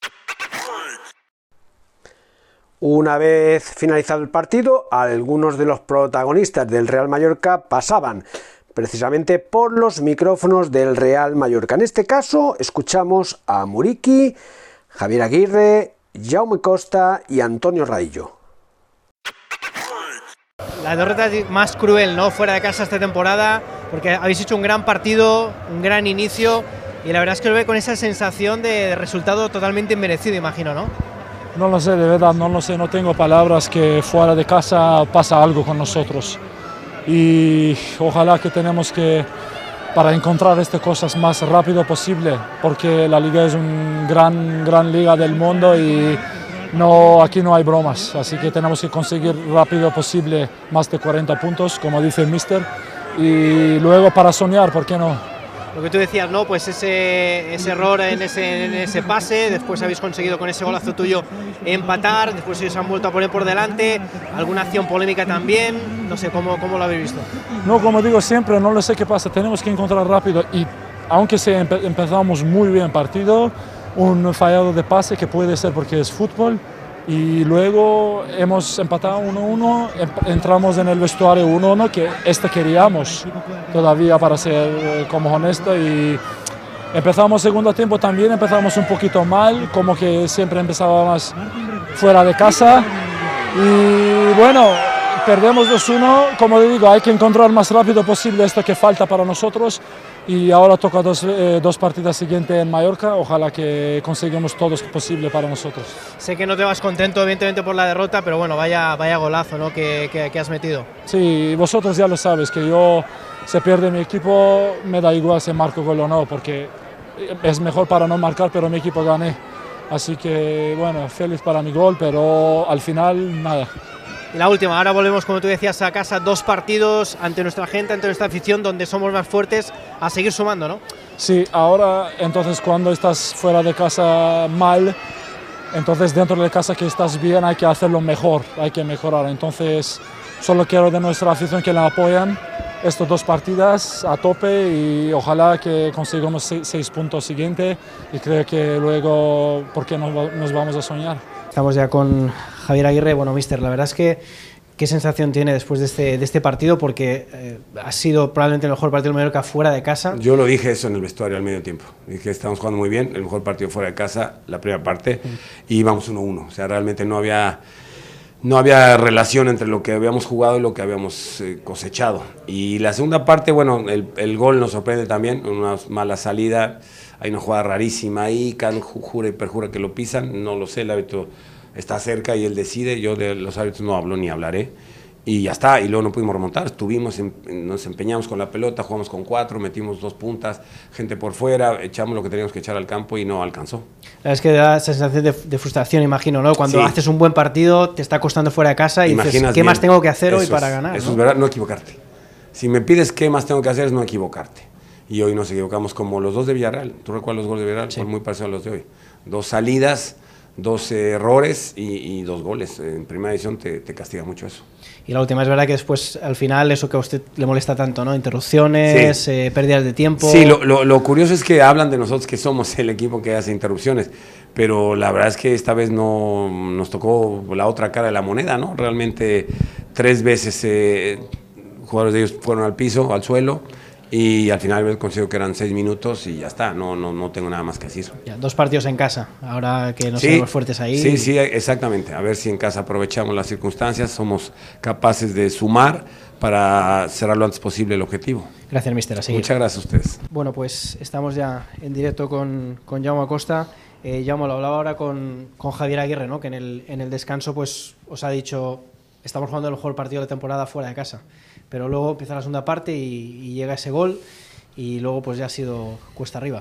Una vez finalizado el partido, algunos de los protagonistas del Real Mallorca pasaban precisamente por los micrófonos del Real Mallorca. En este caso escuchamos a Muriqui, Javier Aguirre, Jaume Costa y Antonio Raillo. La derrota más cruel, ¿no?, fuera de casa esta temporada, porque habéis hecho un gran partido, un gran inicio, y la verdad es que lo ve con esa sensación de resultado totalmente inmerecido, imagino, ¿no? No lo sé, de verdad, no lo sé, no tengo palabras, que fuera de casa pasa algo con nosotros. Y ojalá que tenemos que, para encontrar estas cosas más rápido posible, porque la liga es una gran, gran liga del mundo y no, aquí no hay bromas, así que tenemos que conseguir rápido posible más de cuarenta puntos, como dice el míster, y luego para soñar, ¿por qué no? Lo que tú decías, ¿no?, pues ese, ese error en ese, en ese pase, después habéis conseguido con ese golazo tuyo empatar, después ellos se han vuelto a poner por delante, alguna acción polémica también, no sé, ¿cómo, cómo lo habéis visto? No, como digo siempre, no lo sé qué pasa, tenemos que encontrar rápido, y aunque se empe empezamos muy bien el partido, un fallado de pase que puede ser porque es fútbol, y luego hemos empatado uno uno, entramos en el vestuario uno uno, que este queríamos todavía, para ser como honesto, y empezamos segundo tiempo también, empezamos un poquito mal, como que siempre empezábamos fuera de casa, y bueno, perdemos dos uno, como digo, hay que encontrar más rápido posible esto que falta para nosotros, y ahora toca dos, eh, dos partidas siguientes en Mallorca, ojalá que consigamos todo lo posible para nosotros. Sé que no te vas contento evidentemente por la derrota, pero bueno, vaya, vaya golazo, ¿no?, que, que, que has metido. Sí, vosotros ya lo sabes, que yo, se pierde mi equipo, me da igual si marco gol o no, porque es mejor para no marcar, pero mi equipo gané. Así que bueno, feliz para mi gol, pero al final nada. Y la última, ahora volvemos, como tú decías, a casa, dos partidos ante nuestra gente, ante nuestra afición, donde somos más fuertes, a seguir sumando, ¿no? Sí, ahora, entonces cuando estás fuera de casa mal, entonces dentro de casa que estás bien hay que hacerlo mejor, hay que mejorar. Entonces solo quiero de nuestra afición que la apoyan estos dos partidas a tope, y ojalá que consigamos seis, seis puntos siguientes, y creo que luego, ¿por qué no nos vamos a soñar? Estamos ya con Javier Aguirre. Bueno, mister, la verdad es que ¿qué sensación tiene después de este, de este partido? Porque eh, ha sido probablemente el mejor partido del Mallorca fuera de casa. Yo lo dije eso en el vestuario al medio tiempo. Dije que estamos jugando muy bien, el mejor partido fuera de casa, la primera parte, mm. y íbamos uno uno. O sea, realmente no había, no había relación entre lo que habíamos jugado y lo que habíamos eh, cosechado. Y la segunda parte, bueno, el, el gol nos sorprende también, una mala salida. Hay una jugada rarísima ahí, Can jura y perjura que lo pisan, no lo sé, el árbitro está cerca y él decide, yo de los árbitros no hablo ni hablaré, y ya está, y luego no pudimos remontar, estuvimos, nos empeñamos con la pelota, jugamos con cuatro, metimos dos puntas, gente por fuera, echamos lo que teníamos que echar al campo y no alcanzó. Es que da esa sensación de, de frustración, imagino, ¿no? Cuando sí. haces un buen partido, te está costando fuera de casa y Imaginas dices, ¿qué bien. más tengo que hacer eso hoy para es, ganar? Eso ¿no? es verdad, no equivocarte. Si me pides qué más tengo que hacer es no equivocarte. Y hoy nos equivocamos como los dos de Villarreal. ¿Tú recuerdas los goles de Villarreal? Sí. Son muy parecidos a los de hoy. Dos salidas, dos errores y, y dos goles. En primera edición te, te castiga mucho eso. Y la última, es verdad que después, al final, eso que a usted le molesta tanto, ¿no? Interrupciones, sí. eh, pérdidas de tiempo. Sí, lo, lo, lo curioso es que hablan de nosotros que somos el equipo que hace interrupciones, pero la verdad es que esta vez no nos tocó la otra cara de la moneda, ¿no? Realmente tres veces eh, jugadores de ellos fueron al piso, al suelo, y al final consigo que eran seis minutos y ya está, no, no, no tengo nada más que decir. Ya, dos partidos en casa, ahora que nos sí, tenemos fuertes ahí. Sí, sí, exactamente, a ver si en casa aprovechamos las circunstancias, somos capaces de sumar para cerrar lo antes posible el objetivo. Gracias, mister, a seguir. Muchas gracias a ustedes. Bueno, pues estamos ya en directo con, con Jaume Costa. Eh, Jaume, lo hablaba ahora con, con Javier Aguirre, ¿no? Que en el, en el descanso pues os ha dicho, estamos jugando el mejor partido de temporada fuera de casa. Pero luego empieza la segunda parte y, y llega ese gol y luego pues ya ha sido cuesta arriba.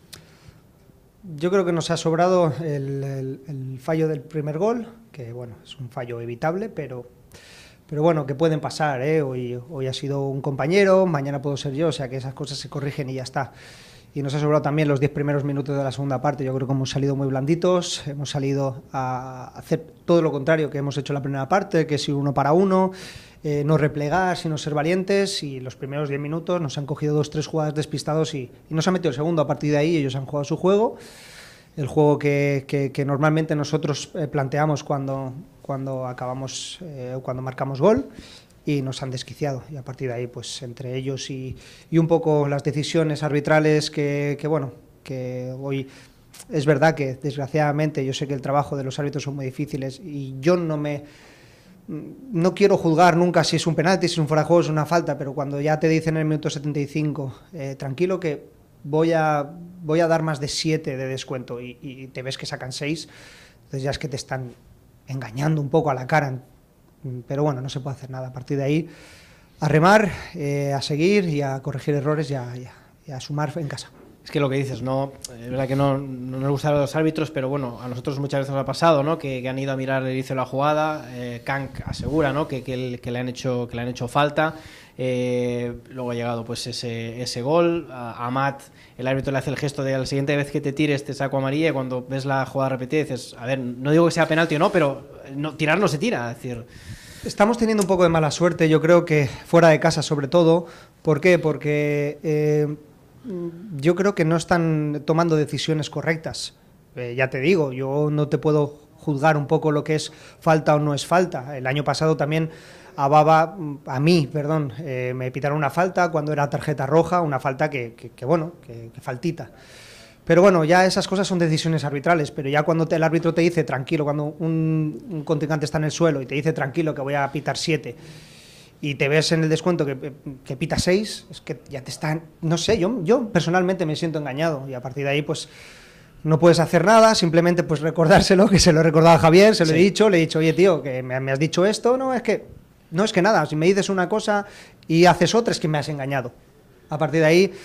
Yo creo que nos ha sobrado el, el, el fallo del primer gol, que bueno, es un fallo evitable, pero, pero bueno, que pueden pasar, ¿eh? Hoy, hoy ha sido un compañero, mañana puedo ser yo, o sea que esas cosas se corrigen y ya está. Y nos ha sobrado también los diez primeros minutos de la segunda parte. Yo creo que hemos salido muy blanditos, hemos salido a hacer todo lo contrario que hemos hecho en la primera parte, que es ir uno para uno, eh, no replegar, sino ser valientes, y los primeros diez minutos nos han cogido dos, tres jugadas despistados y, y nos han metido el segundo. A partir de ahí ellos han jugado su juego, el juego que, que, que normalmente nosotros eh, planteamos cuando, cuando acabamos, eh, cuando marcamos gol. y nos han desquiciado. Y a partir de ahí, pues entre ellos y, y un poco las decisiones arbitrales que, que, bueno, que hoy es verdad que desgraciadamente yo sé que el trabajo de los árbitros son muy difíciles y yo no me... No quiero juzgar nunca si es un penalti, si es un fuera de juego, si es una falta, pero cuando ya te dicen en el minuto setenta y cinco, eh, tranquilo que voy a, voy a dar más de siete de descuento y, y te ves que sacan seis, entonces ya es que te están engañando un poco a la cara. Pero bueno, no se puede hacer nada. A partir de ahí, a remar, eh, a seguir y a corregir errores y a, y a, y a sumar en casa. Es que lo que dices, no, es verdad que no, no nos gustan los árbitros, pero bueno, a nosotros muchas veces nos ha pasado, ¿no? Que, que han ido a mirar el inicio de la jugada, eh, Kank asegura, ¿no? Que, que, el, que le han hecho que le han hecho falta, eh, luego ha llegado pues ese, ese gol, a Amat, el árbitro le hace el gesto de la siguiente vez que te tires te saco amarilla, y cuando ves la jugada repetida dices, a ver, no digo que sea penalti o no, pero no, tirar no se tira, es decir... Estamos teniendo un poco de mala suerte, yo creo que fuera de casa sobre todo. ¿Por qué? Porque eh, yo creo que no están tomando decisiones correctas. Eh, ya te digo, yo no te puedo juzgar un poco lo que es falta o no es falta. El año pasado también a Baba, a mí, perdón, eh, me pitaron una falta cuando era tarjeta roja, una falta que, que, que bueno, que, que faltita. Pero bueno, ya esas cosas son decisiones arbitrales, pero ya cuando te, el árbitro te dice tranquilo, cuando un, un contrincante está en el suelo y te dice tranquilo que voy a pitar siete y te ves en el descuento que, que pita seis, es que ya te están, no sé, yo, yo personalmente me siento engañado y a partir de ahí pues no puedes hacer nada, simplemente pues recordárselo, que se lo he recordado a Javier, se lo sí. he dicho, le he dicho, oye tío, que me, me has dicho esto, no, es que, no es que nada, si me dices una cosa y haces otra es que me has engañado. A partir de ahí...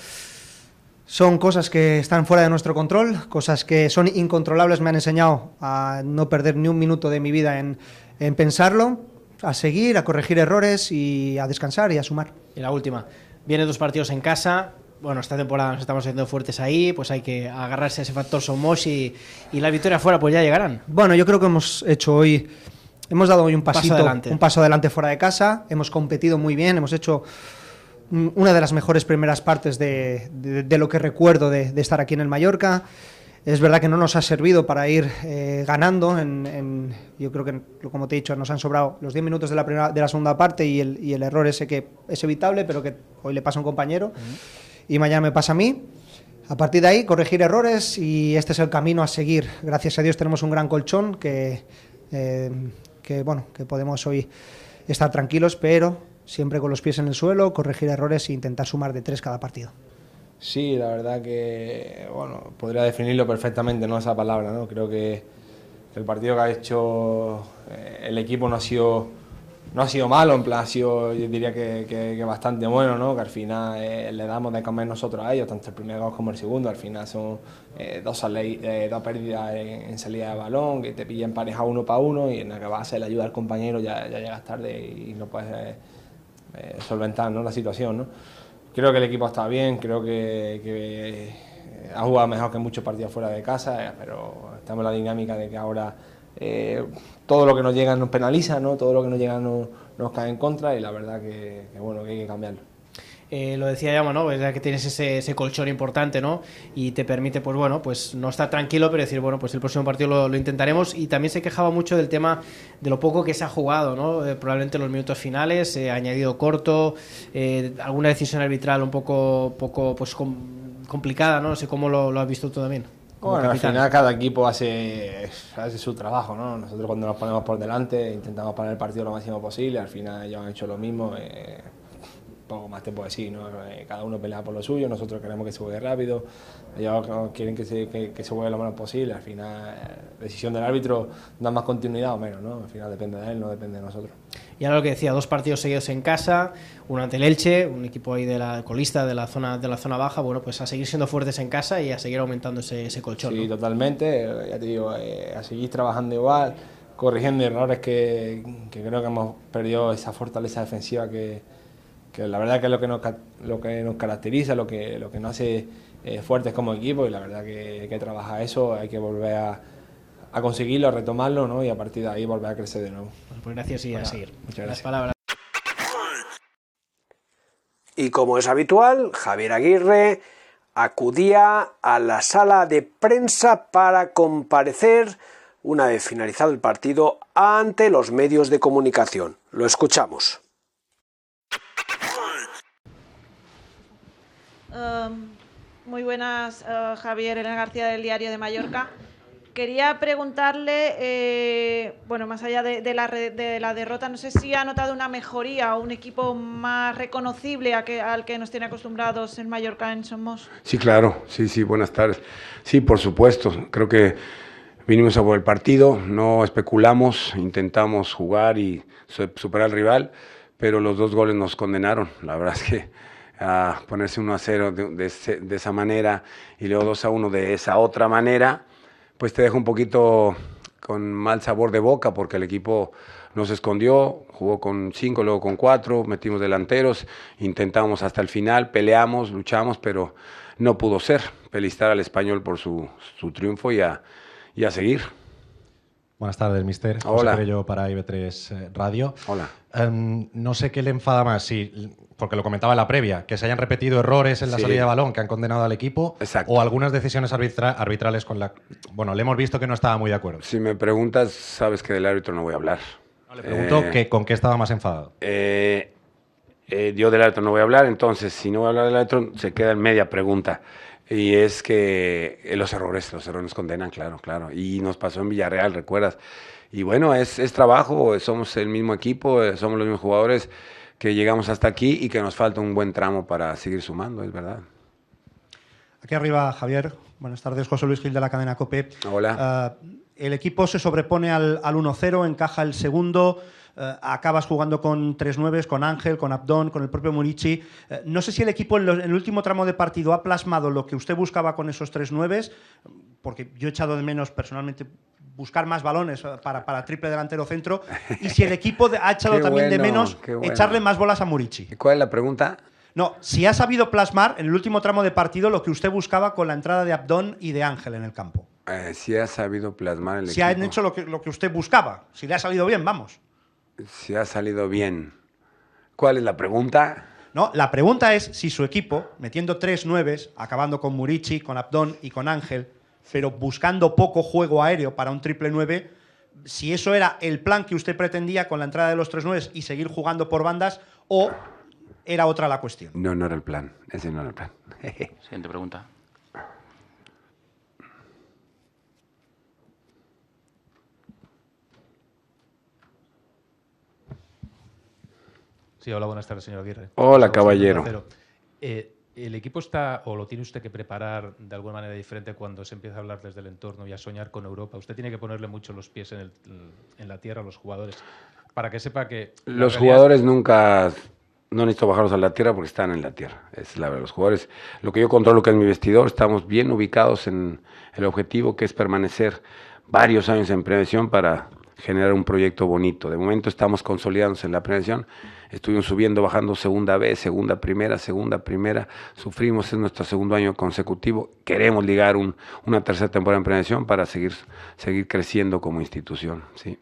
Son cosas que están fuera de nuestro control, cosas que son incontrolables. Me han enseñado a no perder ni un minuto de mi vida en, en pensarlo, a seguir, a corregir errores y a descansar y a sumar. Y la última, vienen dos partidos en casa. Bueno, esta temporada nos estamos haciendo fuertes ahí, pues hay que agarrarse a ese factor Somos y, y la victoria fuera pues ya llegarán. Bueno, yo creo que hemos hecho hoy, hemos dado hoy un pasito, paso adelante. un paso adelante fuera de casa, hemos competido muy bien, hemos hecho... una de las mejores primeras partes de, de, de lo que recuerdo de, de estar aquí en el Mallorca. Es verdad que no nos ha servido para ir eh, ganando. En, en, yo creo que, como te he dicho, nos han sobrado los diez minutos de la, primera, de la segunda parte y el, y el error ese que es evitable, pero que hoy le pasa a un compañero uh-huh. y mañana me pasa a mí. A partir de ahí, corregir errores y este es el camino a seguir. Gracias a Dios tenemos un gran colchón que, eh, que, bueno, que podemos hoy estar tranquilos, pero... siempre con los pies en el suelo, corregir errores e intentar sumar de tres cada partido. Sí, la verdad que, bueno, podría definirlo perfectamente, ¿no? Esa palabra, ¿no? Creo que el partido que ha hecho eh, el equipo no ha sido no ha sido malo, en plan ha sido, yo diría que, que, que bastante bueno, ¿no? Que al final eh, le damos de comer nosotros a ellos, tanto el primer gol como el segundo, al final son eh, dos, eh, dos pérdidas en, en salida de balón, que te pillan pareja uno para uno y en la que vas a hacer la ayuda al compañero ya, ya llegas tarde y no puedes... Eh, Eh, solventar, ¿no? La situación, ¿no? Creo que el equipo está bien, creo que, que ha jugado mejor que muchos partidos fuera de casa, eh, pero estamos en la dinámica de que ahora eh, todo lo que nos llega nos penaliza, ¿no? Todo lo que nos llega nos, nos cae en contra y la verdad que, que, bueno, que hay que cambiarlo. Eh, lo decía Jaume, ¿no? Es que tienes ese, ese colchón importante, ¿no? Y te permite, pues bueno, pues no estar tranquilo, pero decir, bueno, pues el próximo partido lo, lo intentaremos. Y también se quejaba mucho del tema de lo poco que se ha jugado, ¿no? Eh, probablemente en los minutos finales, eh, añadido corto, eh, alguna decisión arbitral un poco, poco pues com complicada, ¿no? No sé cómo lo, lo has visto tú también. Bueno, capitán. Al final cada equipo hace, hace su trabajo, ¿no? Nosotros cuando nos ponemos por delante intentamos parar el partido lo máximo posible, al final ellos han hecho lo mismo. Eh, poco más te puedo decir, ¿no? Cada uno pelea por lo suyo, nosotros queremos que se juegue rápido, ellos quieren que se, que, que se juegue lo menos posible, al final la decisión del árbitro da más continuidad o menos, ¿no? Al final depende de él, no depende de nosotros. Y ahora lo que decía, dos partidos seguidos en casa, uno ante el Elche, un equipo ahí de la colista de la zona de la zona baja, bueno, pues a seguir siendo fuertes en casa y a seguir aumentando ese, ese colchón. Sí, ¿no? Totalmente, ya te digo, eh, a seguir trabajando igual, corrigiendo errores que, que creo que hemos perdido esa fortaleza defensiva que que la verdad que es lo que nos, lo que nos caracteriza, lo que, lo que nos hace eh, fuertes como equipo y la verdad que hay que trabajar eso, hay que volver a, a conseguirlo, a retomarlo, ¿no? Y a partir de ahí volver a crecer de nuevo. Bueno, pues gracias y bueno, a seguir. Muchas gracias. Las palabras. Y como es habitual, Javier Aguirre acudía a la sala de prensa para comparecer una vez finalizado el partido ante los medios de comunicación. Lo escuchamos. Um, muy buenas, uh, Javier Elena García del Diario de Mallorca. Quería preguntarle, eh, bueno, más allá de, de, la re, de la derrota, no sé si ha notado una mejoría o un equipo más reconocible a que, al que nos tiene acostumbrados en Mallorca en Somos. Sí, claro, sí, sí, buenas tardes. Sí, por supuesto, creo que vinimos a por el partido, no especulamos, intentamos jugar y superar al rival, pero los dos goles nos condenaron. La verdad es que a ponerse uno a cero de, de, de esa manera y luego dos a uno de esa otra manera, pues te deja un poquito con mal sabor de boca, porque el equipo nos escondió, jugó con cinco, luego con cuatro, metimos delanteros, intentamos hasta el final, peleamos, luchamos, pero no pudo ser. Felicitar al Español por su, su triunfo y a, y a seguir. Buenas tardes, mister. Hola. José Perello para I B tres Radio. Hola. Um, no sé qué le enfada más, si, porque lo comentaba en la previa, que se hayan repetido errores en la Sí. salida de balón que han condenado al equipo, Exacto. o algunas decisiones arbitra arbitrales con la... Bueno, le hemos visto que no estaba muy de acuerdo. Si me preguntas, sabes que del árbitro no voy a hablar. No, le pregunto Eh, que, con qué estaba más enfadado. Eh, eh, yo del árbitro no voy a hablar, entonces si no voy a hablar del árbitro se queda en media pregunta. Y es que eh, los errores, los errores nos condenan, claro, claro. Y nos pasó en Villarreal, ¿recuerdas? Y bueno, es, es trabajo, somos el mismo equipo, eh, somos los mismos jugadores que llegamos hasta aquí y que nos falta un buen tramo para seguir sumando, es verdad. Aquí arriba, Javier. Buenas tardes, José Luis Gil de la cadena COPE. Hola. Uh, el equipo se sobrepone al, al uno cero, encaja el segundo. Uh, acabas jugando con tres nueves, con Ángel, con Abdón, con el propio Murici. Uh, no sé si el equipo en, lo, en el último tramo de partido ha plasmado lo que usted buscaba con esos tres nueves, porque yo he echado de menos personalmente buscar más balones para, para triple delantero centro, y si el equipo de, ha echado Qué también bueno, de menos qué bueno. echarle más bolas a Murici. ¿Y cuál es la pregunta? No, si ha sabido plasmar en el último tramo de partido lo que usted buscaba con la entrada de Abdón y de Ángel en el campo. Eh, si ha sabido plasmar el Si equipo. han hecho lo que, lo que usted buscaba, si le ha salido bien, vamos. Si ha salido bien. ¿Cuál es la pregunta? No, la pregunta es si su equipo, metiendo tres nueves, acabando con Murici, con Abdón y con Ángel, pero buscando poco juego aéreo para un triple nueve, si eso era el plan que usted pretendía con la entrada de los tres nueves y seguir jugando por bandas, o era otra la cuestión. No, no era el plan. Ese no era el plan. Siguiente pregunta. Sí, hola, buenas tardes, señor Aguirre. Hola, Somos caballero. Cero. Eh, ¿El equipo está, o lo tiene usted que preparar de alguna manera diferente cuando se empieza a hablar desde el entorno y a soñar con Europa? Usted tiene que ponerle mucho los pies en, el, en la tierra a los jugadores para que sepa que... Los realidad... jugadores nunca... No necesito bajarlos a la tierra porque están en la tierra. Es la verdad. Los jugadores, lo que yo controlo que es mi vestidor, estamos bien ubicados en el objetivo que es permanecer varios años en prevención para generar un proyecto bonito. De momento estamos consolidándose en la prevención. Estuvimos subiendo, bajando segunda vez, segunda, primera, segunda, primera. Sufrimos, es nuestro segundo año consecutivo. Queremos ligar un, una tercera temporada en prevención para seguir, seguir creciendo como institución. Sí.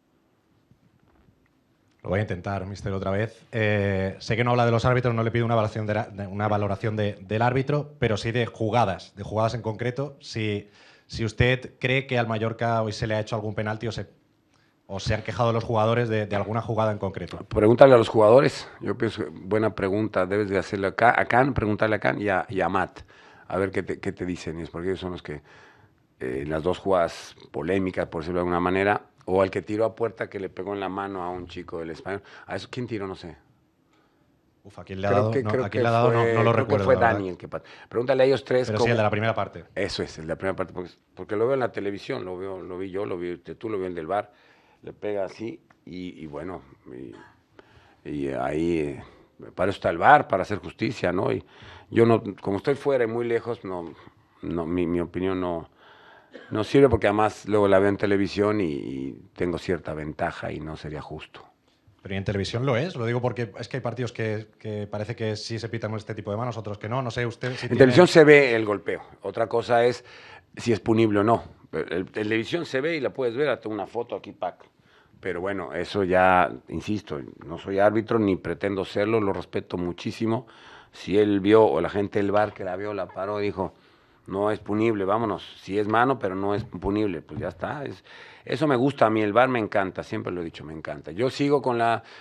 Lo voy a intentar, mister, otra vez. Eh, sé que no habla de los árbitros, no le pido una valoración, de la, de, una valoración de, del árbitro, pero sí de jugadas, de jugadas en concreto. Si, si usted cree que al Mallorca hoy se le ha hecho algún penalti o se, o se han quejado los jugadores de, de alguna jugada en concreto. Pregúntale a los jugadores. Yo pienso que buena pregunta. Debes de hacerle acá, a Can, preguntarle a Can y a, y a Matt. A ver qué te, qué te dicen. Es porque ellos son los que, eh, las dos jugadas polémicas, por decirlo de alguna manera, o al que tiró a puerta que le pegó en la mano a un chico del Español. ¿A eso quién tiró? No sé. Uf, ¿a quién le ha dado? No, ¿a quién le ha dado? Fue, no, no lo creo recuerdo. Que fue la Dani el que... Pregúntale a ellos tres. Pero cómo... sí, el de la primera parte. Eso es, el de la primera parte. Porque, porque lo veo en la televisión, lo, veo, lo vi yo, lo vi tú, lo vi en el del bar. Le pega así y, y bueno, y, y ahí... Eh, para eso está el bar, para hacer justicia, ¿no? Y yo no, como estoy fuera y muy lejos, no, no mi, mi opinión no... No sirve porque además luego la veo en televisión y, y tengo cierta ventaja y no sería justo. Pero en televisión lo es, lo digo porque es que hay partidos que, que parece que sí se pitan este tipo de manos, otros que no, no sé usted si En tiene... televisión se ve el golpeo, otra cosa es si es punible o no. En televisión se ve y la puedes ver, hasta una foto aquí, pack. Pero bueno, eso ya, insisto, no soy árbitro ni pretendo serlo, lo respeto muchísimo. Si él vio, o la gente del bar que la vio, la paró, dijo... No es punible, vámonos. Sí es mano, pero no es punible. Pues ya está. Es, eso me gusta a mí. El V A R me encanta. Siempre lo he dicho, me encanta. Yo sigo con la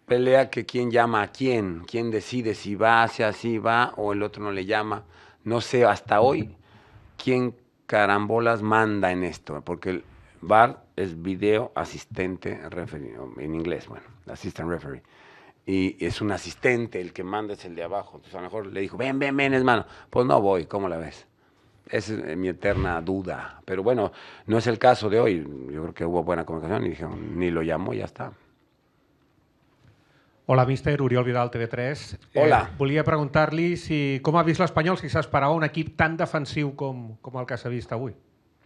pelea que quién llama a quién, quién decide si va hacia así va o el otro no le llama. No sé hasta hoy quién carambolas manda en esto, porque el V A R es video asistente referee, en inglés, bueno, assistant referee. Y es un asistente, el que manda es el de abajo. Entonces a lo mejor le dijo, ven, ven, ven, hermano. Pues no voy, ¿cómo la ves? Esa es mi eterna duda. Pero bueno, no es el caso de hoy. Yo creo que hubo buena comunicación y dijeron, ni lo llamó y ya está. Hola, míster. Oriol Vidal, T V tres. Hola. Eh, volia preguntar-li si, com ha vist l'Espanyol, si s'esperava un equip tan defensiu com, com el que s'ha vist avui.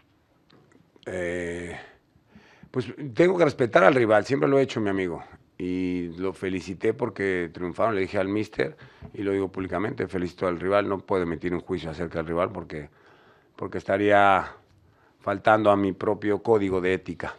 Eh, pues tengo que respetar al rival, siempre lo he hecho, mi amigo. Y lo felicité porque triunfaron, le dije al míster, y lo digo públicamente, felicito al rival, no puedo emitir un juicio acerca del rival porque, porque estaría faltando a mi propio código de ética.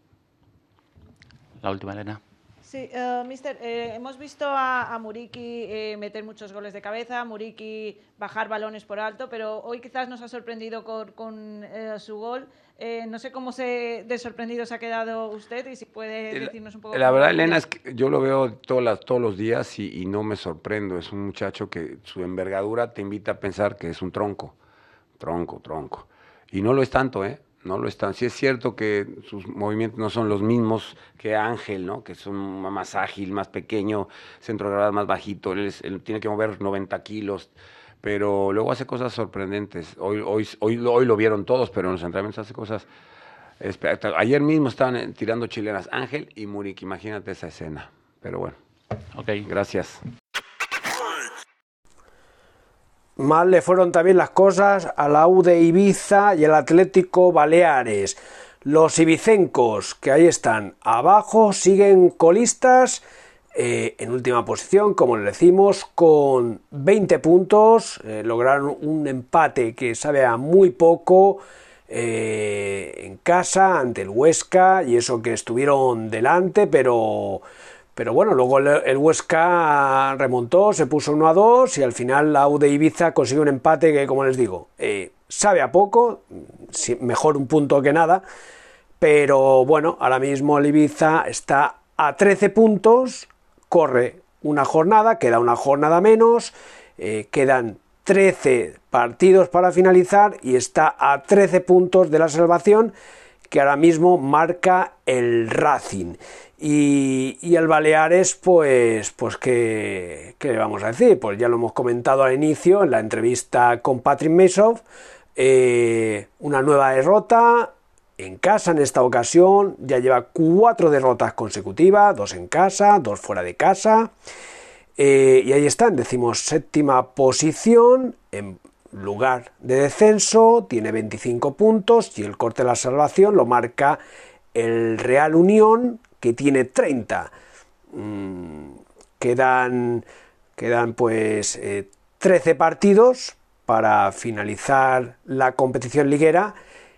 La última, Elena. Sí, uh, mister, eh, hemos visto a, a Muriqui eh, meter muchos goles de cabeza, a Muriqui bajar balones por alto, pero hoy quizás nos ha sorprendido con, con eh, su gol. Eh, no sé cómo se, de sorprendido se ha quedado usted y si puede decirnos un poco... La verdad, Elena, es que yo lo veo todas las, todos los días y, y no me sorprendo. Es un muchacho que su envergadura te invita a pensar que es un tronco, tronco, tronco. Y no lo es tanto, ¿eh? No lo están. Sí es cierto que sus movimientos no son los mismos que Ángel, ¿no? Que son más ágil, más pequeño, centro de gravedad más bajito. Él, es, él tiene que mover noventa kilos, pero luego hace cosas sorprendentes. Hoy, hoy, hoy, hoy lo vieron todos, pero en los entrenamientos hace cosas espectaculares. Ayer mismo estaban tirando chilenas Ángel y Muriqui. Imagínate esa escena. Pero bueno. Ok. Gracias. Mal le fueron también las cosas a la U de Ibiza y el Atlético Baleares. Los ibicencos, que ahí están abajo, siguen colistas eh, en última posición, como le decimos, con veinte puntos. Eh, lograron un empate que sabe a muy poco eh, en casa ante el Huesca, y eso que estuvieron delante, pero... Pero bueno, luego el Huesca remontó, se puso uno a dos y al final la U de Ibiza consiguió un empate que, como les digo, eh, sabe a poco, mejor un punto que nada, pero bueno, ahora mismo el Ibiza está a trece puntos, corre una jornada, queda una jornada menos, eh, quedan trece partidos para finalizar y está a trece puntos de la salvación que ahora mismo marca el Racing. Y, y el Baleares, pues, pues ¿qué, ¿qué le vamos a decir? Pues ya lo hemos comentado al inicio, en la entrevista con Patrick Mesov, eh, una nueva derrota en casa en esta ocasión, ya lleva cuatro derrotas consecutivas, dos en casa, dos fuera de casa, eh, y ahí está, en decimoséptima posición, en lugar de descenso, tiene veinticinco puntos, y el corte de la salvación lo marca el Real Unión, que tiene treinta. Mm, quedan, quedan pues eh, trece partidos para finalizar la competición liguera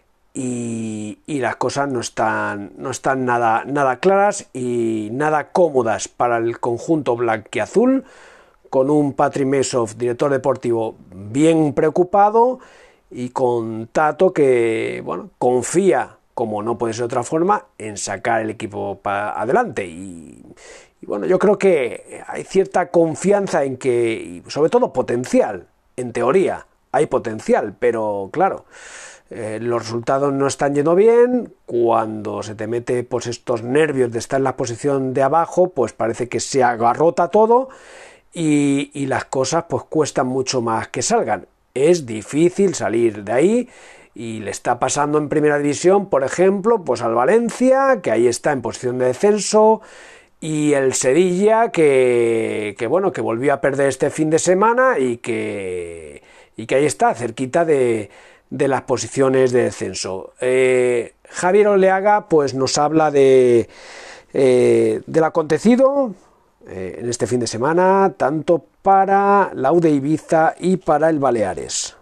y, y las cosas no están, no están nada, nada claras y nada cómodas para el conjunto blanquiazul, con un Patrick Mesov, director deportivo, bien preocupado, y con Tato que, bueno, confía, como no puede ser de otra forma, en sacar el equipo para adelante. Y, y bueno, yo creo que hay cierta confianza en que, y sobre todo potencial, en teoría hay potencial, pero claro, eh, los resultados no están yendo bien. Cuando se te mete pues estos nervios de estar en la posición de abajo, pues parece que se agarrota todo y, y las cosas pues cuestan mucho más que salgan. Es difícil salir de ahí. Y le está pasando en primera división, por ejemplo, pues al Valencia, que ahí está en posición de descenso, y el Sevilla, que, que bueno, que volvió a perder este fin de semana y que, y que ahí está, cerquita de, de las posiciones de descenso. Eh, Javier Oleaga pues nos habla de eh, del acontecido eh, en este fin de semana, tanto para la U de Ibiza y para el Baleares.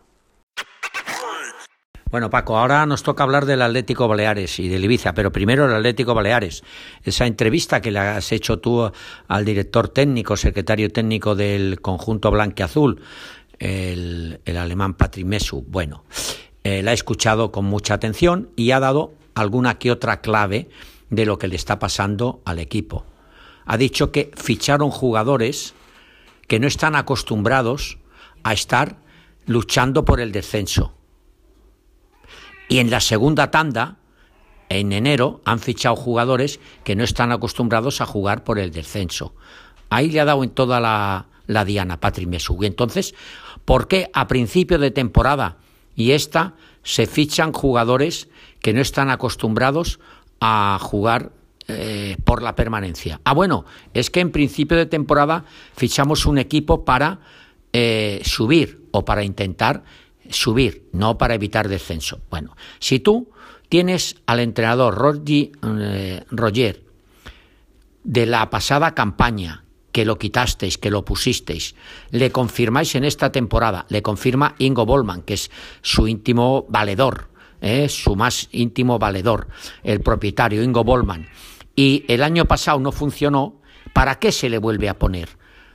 Bueno, Paco, ahora nos toca hablar del Atlético Baleares y del Ibiza, pero primero el Atlético Baleares. Esa entrevista que le has hecho tú al director técnico, secretario técnico del conjunto blanquiazul, el, el alemán Patrick Mesov. Bueno, eh, la he escuchado con mucha atención y ha dado alguna que otra clave de lo que le está pasando al equipo. ha dicho que ficharon jugadores que no están acostumbrados a estar luchando por el descenso. Y en la segunda tanda, en enero, han fichado jugadores que no están acostumbrados a jugar por el descenso. Ahí le ha dado en toda la, la diana Patrick Mesu. Y entonces, ¿por qué a principio de temporada y esta se fichan jugadores que no están acostumbrados a jugar eh, por la permanencia? Ah, bueno, es que en principio de temporada fichamos un equipo para eh, subir o para intentar subir, no para evitar descenso. Bueno, si tú tienes al entrenador Roger, eh, Roger de la pasada campaña, que lo quitasteis, que lo pusisteis, le confirmáis en esta temporada, le confirma Ingo Bollmann, que es su íntimo valedor, eh, su más íntimo valedor, el propietario Ingo Bollmann, y el año pasado no funcionó, ¿para qué se le vuelve a poner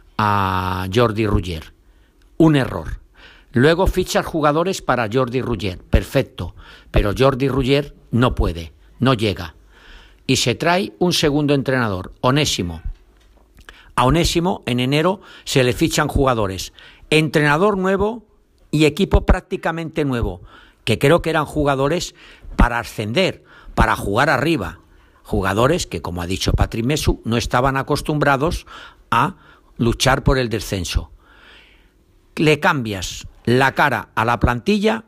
a Jordi Ruggier? Un error. Luego fichas jugadores para Jordi Ruggier, perfecto, pero Jordi Ruggier no puede, no llega. Y se trae un segundo entrenador, Onésimo. A Onésimo en enero se le fichan jugadores, entrenador nuevo y equipo prácticamente nuevo, que creo que eran jugadores para ascender, para jugar arriba. Jugadores que, como ha dicho Patrick Mesu, no estaban acostumbrados a luchar por el descenso. Le cambias la cara a la plantilla,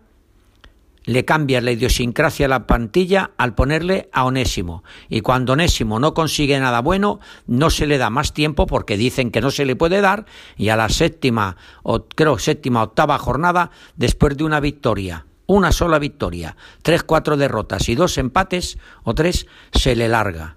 le cambias la idiosincrasia a la plantilla al ponerle a Onésimo. Y cuando Onésimo no consigue nada bueno, no se le da más tiempo porque dicen que no se le puede dar, y a la séptima, o creo séptima, octava jornada, después de una victoria, una sola victoria, tres, cuatro derrotas y dos empates o tres, se le larga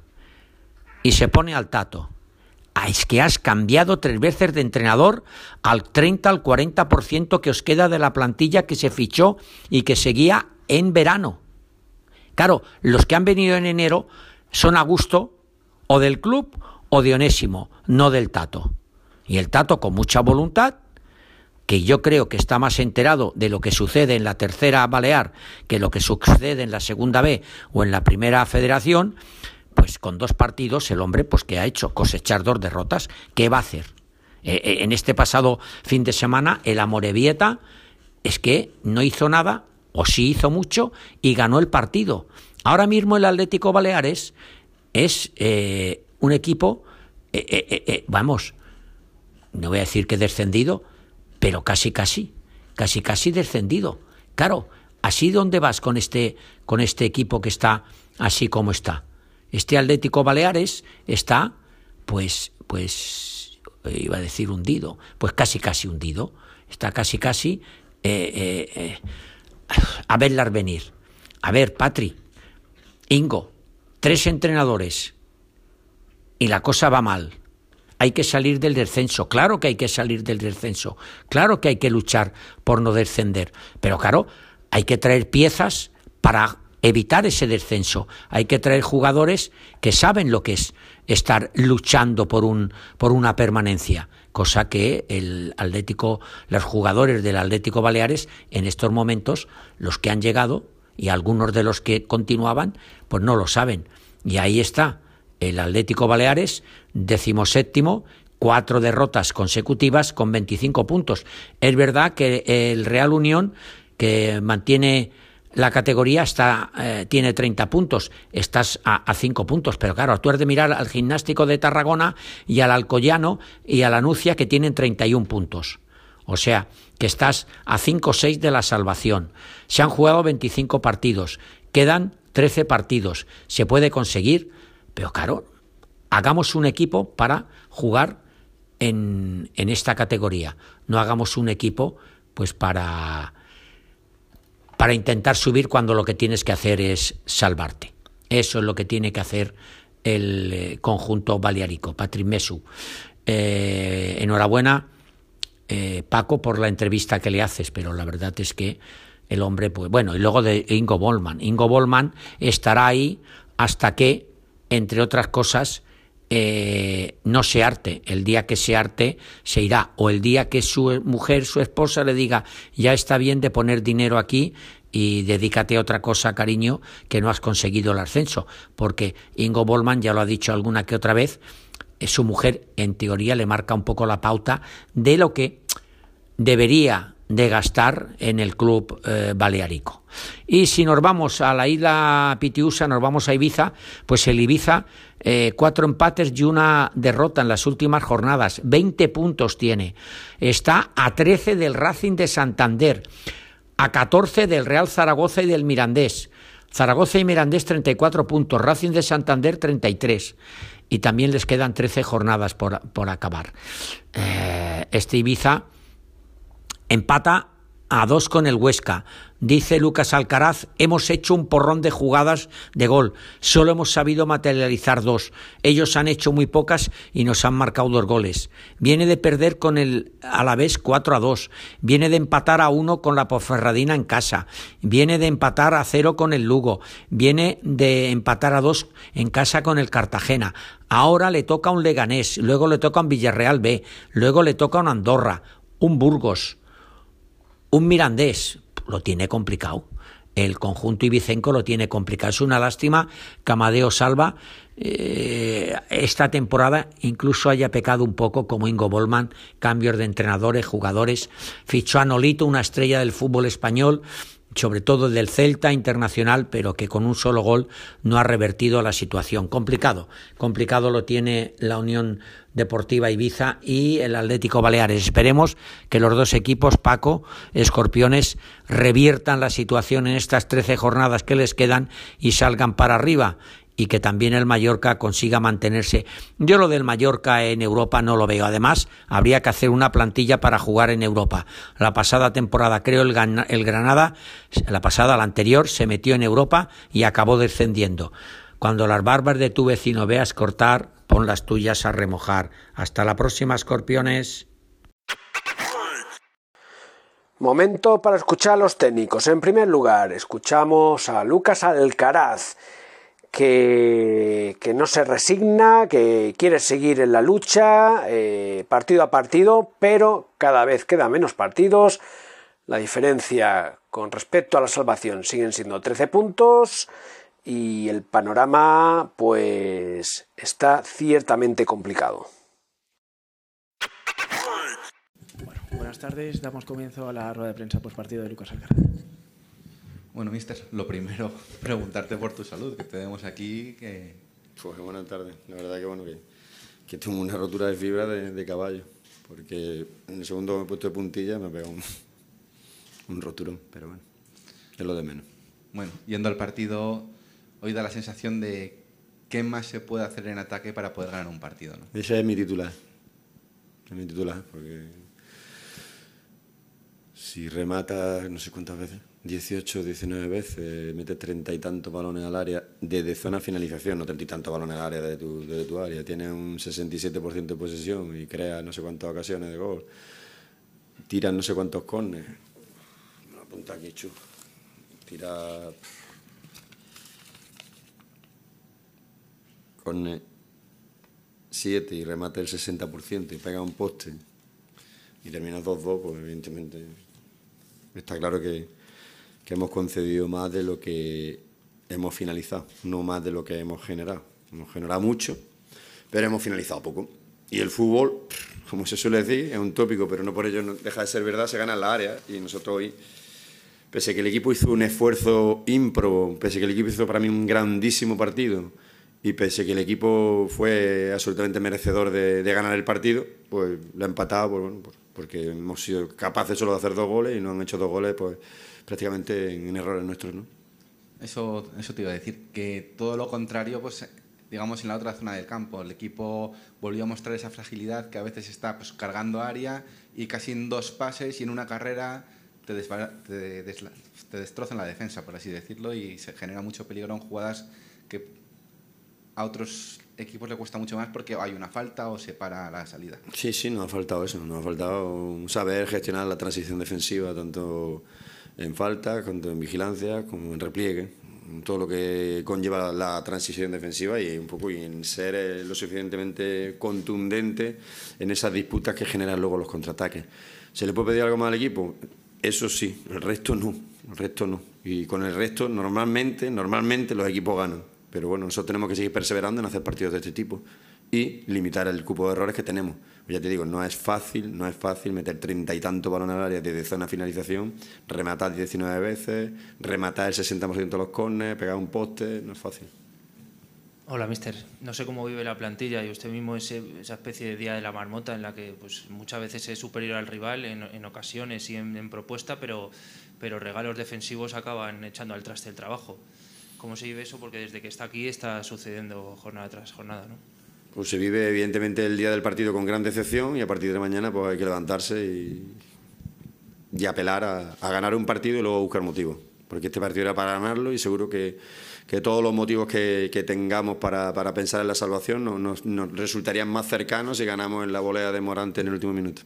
y se pone al tato. Ah, es que has cambiado tres veces de entrenador al treinta, al cuarenta por ciento que os queda de la plantilla que se fichó y que seguía en verano. Claro, los que han venido en enero son a gusto o del club o de Onésimo, no del Tato. Y el Tato, con mucha voluntad, que yo creo que está más enterado de lo que sucede en la tercera Balear que lo que sucede en la segunda B o en la primera Federación, pues con dos partidos el hombre, pues ¿qué ha hecho? Cosechar dos derrotas. ¿Qué va a hacer? Eh, eh, en este pasado fin de semana el Amorebieta es que no hizo nada, o sí hizo mucho, y ganó el partido. Ahora mismo el Atlético Baleares es eh, un equipo, eh, eh, eh, vamos, no voy a decir que descendido, pero casi casi, casi casi descendido. Claro, así donde vas con este, con este equipo que está así como está. Este Atlético Baleares está, pues, pues, iba a decir hundido, pues casi casi hundido, está casi casi eh, eh, eh, a verlas venir. A ver, Patri, Ingo, tres entrenadores y la cosa va mal. Hay que salir del descenso, claro que hay que salir del descenso, claro que hay que luchar por no descender, pero claro, hay que traer piezas para evitar ese descenso. Hay que traer jugadores que saben lo que es estar luchando por un por una permanencia, cosa que el Atlético, los jugadores del Atlético Baleares en estos momentos, los que han llegado y algunos de los que continuaban, pues no lo saben. Y ahí está el Atlético Baleares, decimoséptimo, cuatro derrotas consecutivas con veinticinco puntos. Es verdad que el Real Unión, que mantiene la categoría, está eh, tiene treinta puntos, estás a, a cinco puntos, pero claro, tú has de mirar al Gimnástico de Tarragona y al Alcoyano y a la Nucia, que tienen treinta y un puntos. O sea, que estás a cinco o seis de la salvación. Se han jugado veinticinco partidos, quedan trece partidos, se puede conseguir, pero claro, hagamos un equipo para jugar en, en esta categoría, no hagamos un equipo pues para... para intentar subir cuando lo que tienes que hacer es salvarte. Eso es lo que tiene que hacer el eh, conjunto balearico. Patrick Mesu, eh, enhorabuena, eh, Paco, por la entrevista que le haces, pero la verdad es que el hombre, pues bueno, y luego de Ingo Bollmann. Ingo Bollmann estará ahí hasta que, entre otras cosas, eh, no se harte. El día que se harte se irá, o el día que su mujer, su esposa, le diga ya está bien de poner dinero aquí y dedícate a otra cosa, cariño, que no has conseguido el ascenso, porque Ingo Bollmann ya lo ha dicho alguna que otra vez, su mujer en teoría le marca un poco la pauta de lo que debería de gastar en el club eh, balearico. Y si nos vamos a la isla Pitiusa, nos vamos a Ibiza, pues el Ibiza, eh, cuatro empates y una derrota en las últimas jornadas, veinte puntos tiene, está a trece del Racing de Santander, a catorce del Real Zaragoza y del Mirandés. Zaragoza y Mirandés treinta y cuatro puntos, Racing de Santander treinta y tres, y también les quedan trece jornadas por, por acabar. Eh, este Ibiza empata a dos con el Huesca. Dice Lucas Alcaraz, hemos hecho un porrón de jugadas de gol, solo hemos sabido materializar dos. Ellos han hecho muy pocas y nos han marcado dos goles. Viene de perder con el Alavés cuatro a dos, viene de empatar a uno con la Ponferradina en casa, viene de empatar a cero con el Lugo, viene de empatar a dos en casa con el Cartagena. Ahora le toca un Leganés, luego le toca un Villarreal B, luego le toca un Andorra, un Burgos, un Mirandés. Lo tiene complicado. El conjunto ibicenco lo tiene complicado. Es una lástima que Amadeo Salva eh, esta temporada incluso haya pecado un poco como Ingo Bollmann, cambios de entrenadores, jugadores. Fichó a Nolito, una estrella del fútbol español, sobre todo del Celta internacional, pero que con un solo gol no ha revertido la situación. Complicado, complicado lo tiene la Unión Deportiva Ibiza y el Atlético Baleares. Esperemos que los dos equipos, Paco, Escorpiones, reviertan la situación en estas trece jornadas que les quedan y salgan para arriba, y que también el Mallorca consiga mantenerse. Yo lo del Mallorca en Europa no lo veo. Además, habría que hacer una plantilla para jugar en Europa. La pasada temporada, creo, el, el Granada, la pasada, la anterior, se metió en Europa y acabó descendiendo. Cuando las barbas de tu vecino veas cortar, pon las tuyas a remojar. Hasta la próxima, Escorpiones. Momento para escuchar a los técnicos. En primer lugar, escuchamos a Lucas Alcaraz, Que, que no se resigna, que quiere seguir en la lucha, eh, partido a partido, pero cada vez quedan menos partidos. La diferencia con respecto a la salvación siguen siendo trece puntos y el panorama pues está ciertamente complicado. Bueno, buenas tardes, damos comienzo a la rueda de prensa postpartido de Lucas Alcaraz. Bueno, mister, lo primero, preguntarte por tu salud, que tenemos aquí que... Pues buenas tardes. La verdad que bueno, que, que tengo una rotura de fibra de, de caballo, porque en el segundo me he puesto de puntilla y me ha pegado un, un roturón, pero bueno, es lo de menos. Bueno, yendo al partido, hoy da la sensación de qué más se puede hacer en ataque para poder ganar un partido, ¿no? Ese es mi titular, es mi titular, porque si remata no sé cuántas veces, dieciocho, diecinueve veces, metes treinta y tantos balones al área desde zona finalización, no treinta y tantos balones al área de tu, de tu área, tienes un sesenta y siete por ciento de posesión y creas no sé cuántas ocasiones de gol, tiras no sé cuántos córneres, me lo apunta aquí, chu, tira córner siete y remate el sesenta por ciento y pega un poste y terminas dos dos, pues evidentemente está claro que que hemos concedido más de lo que hemos finalizado, no más de lo que hemos generado. Hemos generado mucho, pero hemos finalizado poco. Y el fútbol, como se suele decir, es un tópico, pero no por ello no deja de ser verdad, se gana en la área. Y nosotros hoy, pese a que el equipo hizo un esfuerzo ímprobo, pese a que el equipo hizo para mí un grandísimo partido, y pese a que el equipo fue absolutamente merecedor de, de ganar el partido, pues lo ha empatado, pues, bueno, pues, porque hemos sido capaces solo de hacer dos goles y no han hecho dos goles, pues prácticamente en errores nuestros, ¿no? Eso, eso te iba a decir, que todo lo contrario, pues digamos en la otra zona del campo, el equipo volvió a mostrar esa fragilidad que a veces está pues, cargando área y casi en dos pases y en una carrera te, desba- te, desla- te destrozan la defensa, por así decirlo, y se genera mucho peligro en jugadas que a otros equipos le cuesta mucho más porque hay una falta o se para la salida. Sí, sí, nos ha faltado eso, nos ha faltado saber gestionar la transición defensiva, tanto en falta, tanto en vigilancia, como en repliegue, todo lo que conlleva la transición defensiva y un poco y en ser eh, lo suficientemente contundente en esas disputas que generan luego los contraataques. ¿Se le puede pedir algo más al equipo? Eso sí, el resto no, el resto no. Y con el resto normalmente, normalmente los equipos ganan. Pero bueno, nosotros tenemos que seguir perseverando en hacer partidos de este tipo. y limitar el cupo de errores que tenemos. Pues ya te digo, no es fácil, no es fácil meter treinta y tantos balones al área desde zona de finalización, rematar diecinueve veces, rematar el sesenta por ciento de los córneres, pegar un poste, no es fácil. Hola, míster. No sé cómo vive la plantilla y usted mismo ese, esa especie de día de la marmota en la que pues, muchas veces es superior al rival en, en ocasiones y en, en propuesta, pero, pero regalos defensivos acaban echando al traste el trabajo. ¿Cómo se vive eso? Porque desde que está aquí está sucediendo jornada tras jornada, ¿no? Pues se vive evidentemente el día del partido con gran decepción y a partir de mañana pues hay que levantarse y, y apelar a, a ganar un partido y luego buscar motivos. Porque este partido era para ganarlo y seguro que, que todos los motivos que, que tengamos para, para pensar en la salvación nos, nos, nos resultarían más cercanos si ganamos en la volea de Morante en el último minuto.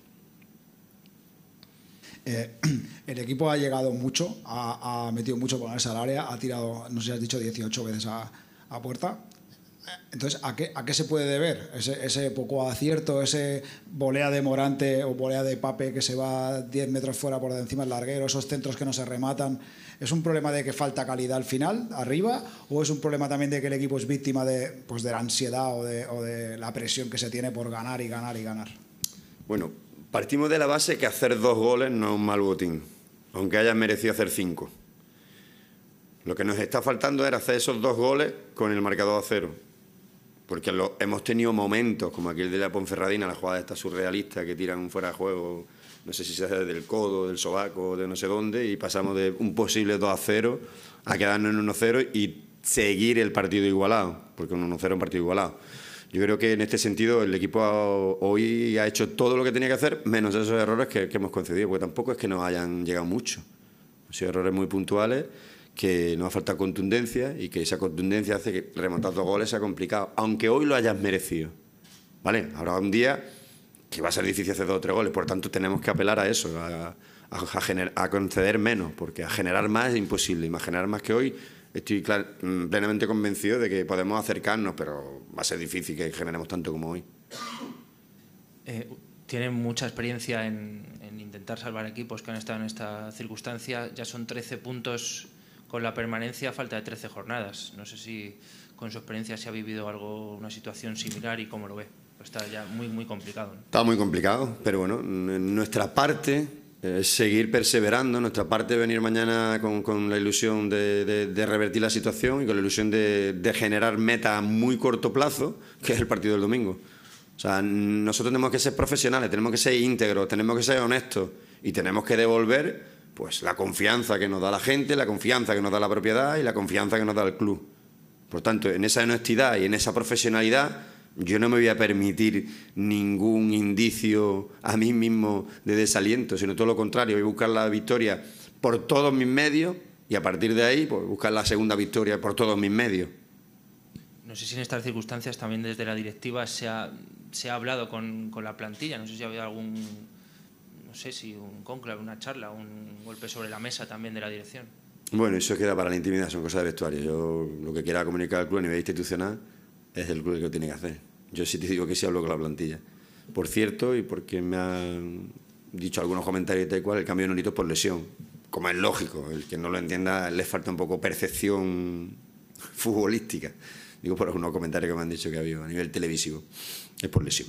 Eh, el equipo ha llegado mucho, ha, ha metido mucho por esa área, ha tirado, no sé si has dicho, dieciocho veces a, a puerta. Entonces, ¿a qué, ¿a qué se puede deber ese, ese poco acierto, ese volea de Morante o volea de Pape que se va diez metros fuera por encima del larguero, esos centros que no se rematan? ¿Es un problema de que falta calidad al final, arriba, o es un problema también de que el equipo es víctima de, pues, de la ansiedad o de, o de la presión que se tiene por ganar y ganar y ganar? Bueno, partimos de la base que hacer dos goles no es un mal botín, aunque hayas merecido hacer cinco. Lo que nos está faltando era hacer esos dos goles con el marcador a cero. Porque lo, hemos tenido momentos, como aquel de la Ponferradina, la jugada esta surrealista que tiran fuera de juego, no sé si se hace del codo, del sobaco, de no sé dónde, y pasamos de un posible dos a cero a quedarnos en uno cero y seguir el partido igualado, porque un uno cero es un partido igualado. Yo creo que en este sentido el equipo ha, hoy ha hecho todo lo que tenía que hacer, menos esos errores que, que hemos concedido, porque tampoco es que nos hayan llegado mucho. Han sido errores muy puntuales, que nos ha faltado contundencia y que esa contundencia hace que remontar dos goles sea complicado, aunque hoy lo hayas merecido. ¿Vale? Habrá un día que va a ser difícil hacer dos o tres goles, por tanto tenemos que apelar a eso, a, a, a, gener, a conceder menos, porque a generar más es imposible. Y más generar más que hoy, estoy clar, plenamente convencido de que podemos acercarnos, pero va a ser difícil que generemos tanto como hoy. Eh, tienen mucha experiencia en, en intentar salvar equipos que han estado en esta circunstancia. Ya son trece puntos con la permanencia a falta de trece jornadas. No sé si con su experiencia se ha vivido algo, una situación similar y cómo lo ve. Pues está ya muy, muy complicado, ¿no? Está muy complicado, pero bueno, nuestra parte es seguir perseverando, nuestra parte es venir mañana con, con la ilusión de, de, de revertir la situación y con la ilusión de, de generar meta a muy corto plazo, que es el partido del domingo. O sea, nosotros tenemos que ser profesionales, tenemos que ser íntegros, tenemos que ser honestos y tenemos que devolver pues la confianza que nos da la gente, la confianza que nos da la propiedad y la confianza que nos da el club. Por tanto, en esa honestidad y en esa profesionalidad, yo no me voy a permitir ningún indicio a mí mismo de desaliento, sino todo lo contrario, voy a buscar la victoria por todos mis medios y a partir de ahí pues, buscar la segunda victoria por todos mis medios. No sé si en estas circunstancias también desde la directiva se ha, se ha hablado con, con la plantilla, no sé si ha habido algún... no sé si un cónclave, una charla, un golpe sobre la mesa también de la dirección. Bueno, eso queda para la intimidad, son cosas de vestuario. Yo lo que quiera comunicar al club a nivel institucional es el club el que lo tiene que hacer. Yo sí te digo que sí hablo con la plantilla. Por cierto, y porque me han dicho algunos comentarios y tal cual, el cambio de Nolito es por lesión. Como es lógico, el que no lo entienda le falta un poco percepción futbolística. Digo por algunos comentarios que me han dicho que ha habido a nivel televisivo. Es por lesión.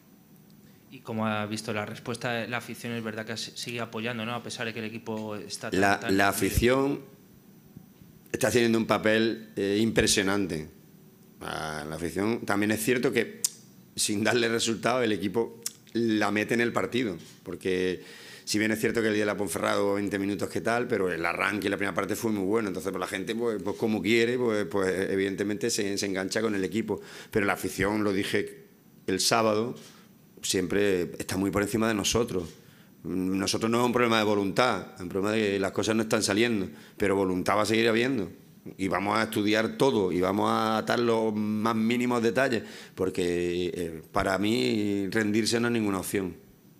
Y como ha visto la respuesta, la afición es verdad que sigue apoyando, ¿no? A pesar de que el equipo está tan, La, tan la afición está haciendo un papel eh, impresionante. La afición también es cierto que sin darle resultado el equipo la mete en el partido, porque si bien es cierto que el día de la Ponferrada veinte minutos que tal, pero el arranque y la primera parte fue muy bueno, entonces pues, la gente pues, pues como quiere, pues, pues evidentemente se, se engancha con el equipo, pero la afición, lo dije el sábado, siempre está muy por encima de nosotros. Nosotros no es un problema de voluntad, es un problema de que las cosas no están saliendo, pero voluntad va a seguir habiendo. Y vamos a estudiar todo y vamos a atar los más mínimos detalles, porque eh, para mí rendirse no es ninguna opción.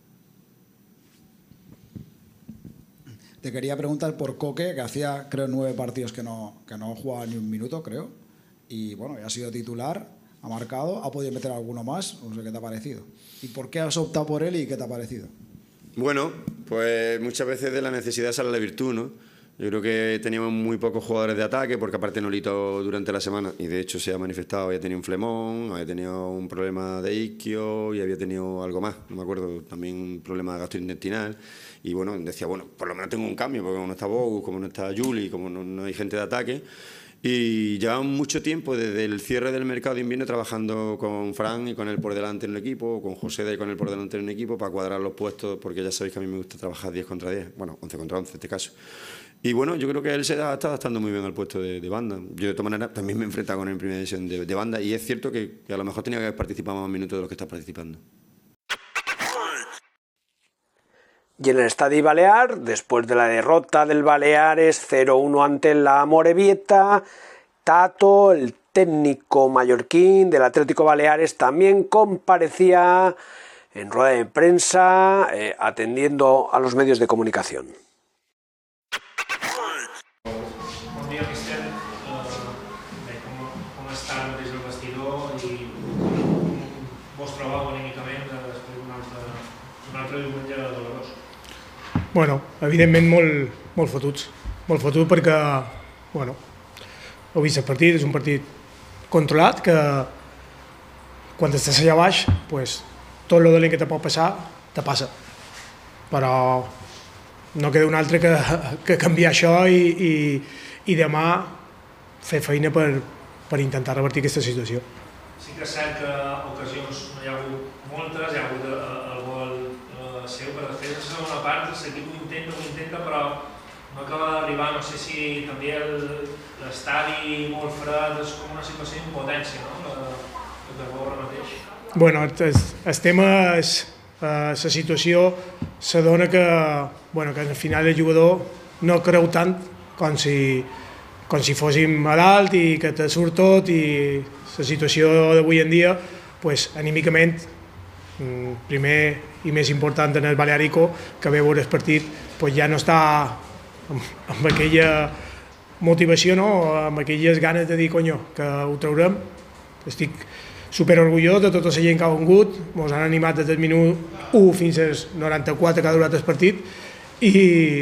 Te quería preguntar por Coque, que hacía creo nueve partidos que no, que no jugaba ni un minuto, creo, y bueno, ya ha sido titular, ha marcado, ha podido meter alguno más, no sé qué te ha parecido. ¿Y por qué has optado por él y qué te ha parecido? Bueno, pues muchas veces de la necesidad sale la virtud, ¿no? Yo creo que teníamos muy pocos jugadores de ataque, porque aparte Nolito durante la semana, y de hecho se ha manifestado, había tenido un flemón, había tenido un problema de isquio y había tenido algo más, no me acuerdo, también un problema gastrointestinal. Y bueno, decía, bueno, por lo menos tengo un cambio, porque como no está Bogus, como no está Juli, como no, no hay gente de ataque. Y llevamos mucho tiempo desde el cierre del mercado de invierno trabajando con Fran y con él por delante en un equipo, con José de con él por delante en un equipo para cuadrar los puestos, porque ya sabéis que a mí me gusta trabajar diez contra diez, bueno, once contra once en este caso. Y bueno, yo creo que él se está adaptando muy bien al puesto de, de banda. Yo de todas maneras también me he enfrentado con él en primera división de, de banda y es cierto que, que a lo mejor tenía que haber participado más minutos de los que está participando. Y en el Estadio Balear, después de la derrota del Baleares cero uno ante la Amorebieta, Tato, el técnico mallorquín del Atlético Baleares, también comparecía en rueda de prensa eh, atendiendo a los medios de comunicación. Bon dia, míster. Uh, com, com està el mateix el vestidor i com vos trobeu anímicament després d'un altre, un altre diumenge dolorós? Bueno, evidentment molt, molt fotuts, molt fotut perquè, bueno, heu vist el partit, és un partit controlat que quan estàs allà baix, pues, tot el dolent que te pot passar, te passa. Però no queda un altre que, que canviar això i, i, i demà fer feina per, per intentar revertir aquesta situació. Sí que és cert que ocasions no hi ha hagut moltes, hi ha hagut el gol eh, seu, però després la segona part l'equip ho intenta, ho intenta, però no acaba d'arribar. No sé si també l'estadi molt fred és com una situació d'impotència, no? La, la que veu ara mateix. Bueno, el, el tema és eh, la situació se dona que, bueno, que al final el jugador no creu tant com si, com si fóssim a dalt i que te surt tot i la situació d'avui en dia, pues, anímicament, primer i més important en el Balearico, que ve a veure el partit, pues, ja no està amb, amb aquella motivació, no? Amb aquelles ganes de dir, conyo, que ho traurem. Estic super orgullós de tota la gent que ha vengut, ens han animat des del minut u fins al noranta-quatre que ha durat el partit i,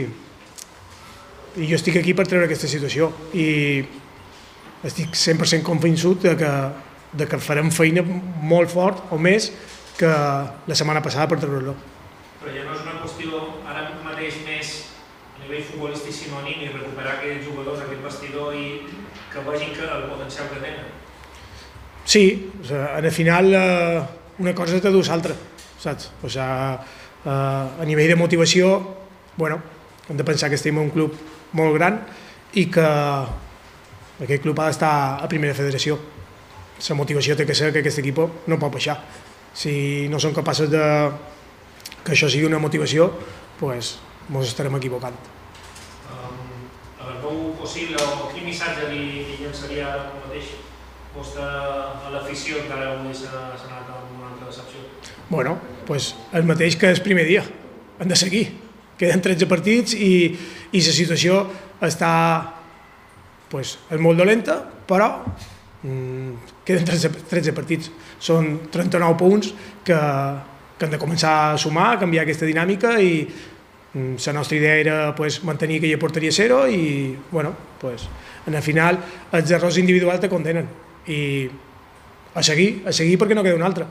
i jo estic aquí per treure aquesta situació i estic cent per cent convençut de que, de que farem feina molt fort o més que la setmana passada per treure-lo. Però ja no és una qüestió ara mateix més a nivell futbolístic sinònim i recuperar aquells jugadors, aquest vestidor i que vegin que el potencial que tenen. Sí, o sigui, al final eh, una cosa te du l'altra, saps? O sigui, eh, a nivell de motivació, bueno, hem de pensar que estem en un club molt gran i que aquest club ha d'estar a primera federació. La motivació té que ser que aquest equip no pot baixar. Si no som capaços de que això sigui una motivació, doncs ens estarem equivocant. Um, el veu possible o quin missatge li, li llançaria ara mateix vostè a l'afició que ara avui s'ha anat amb una altra decepció? Bueno, doncs el mateix que el primer dia. Hem de seguir. Queden tretze partits i, i la situació està pues, és molt dolenta, però mmm, queden tretze partits. Són trenta-nou punts que, que hem de començar a sumar, a canviar aquesta dinàmica i mmm, la nostra idea era pues, mantenir aquella porteria zero i, bueno, pues, en el final els errors individuals te condenen i a seguir, a seguir perquè no queda un altre.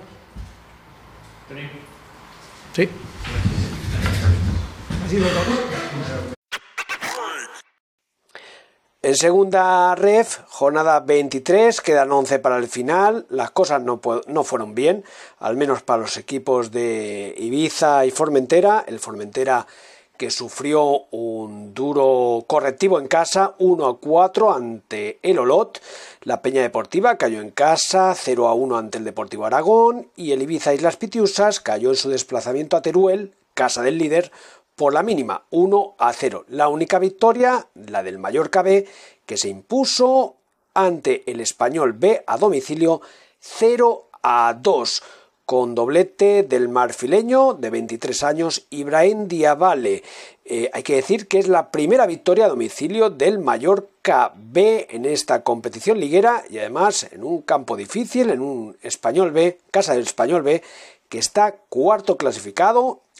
Tenim. Sí. En segunda ref, jornada veintitrés, quedan once para el final. Las cosas no, no fueron bien, al menos para los equipos de Ibiza y Formentera. El Formentera que sufrió un duro correctivo en casa, uno a cuatro ante el Olot. La Peña Deportiva cayó en casa, cero a uno ante el Deportivo Aragón. Y el Ibiza Islas Pitiusas cayó en su desplazamiento a Teruel, casa del líder, por la mínima, uno a cero. La única victoria, la del Mallorca B, que se impuso ante el Español B a domicilio cero a dos, con doblete del marfileño de veintitrés años, Ibrahim Diabale. Eh, hay que decir que es la primera victoria a domicilio del Mallorca B en esta competición liguera y además en un campo difícil, en un Español B, casa del Español B, que está cuarto clasificado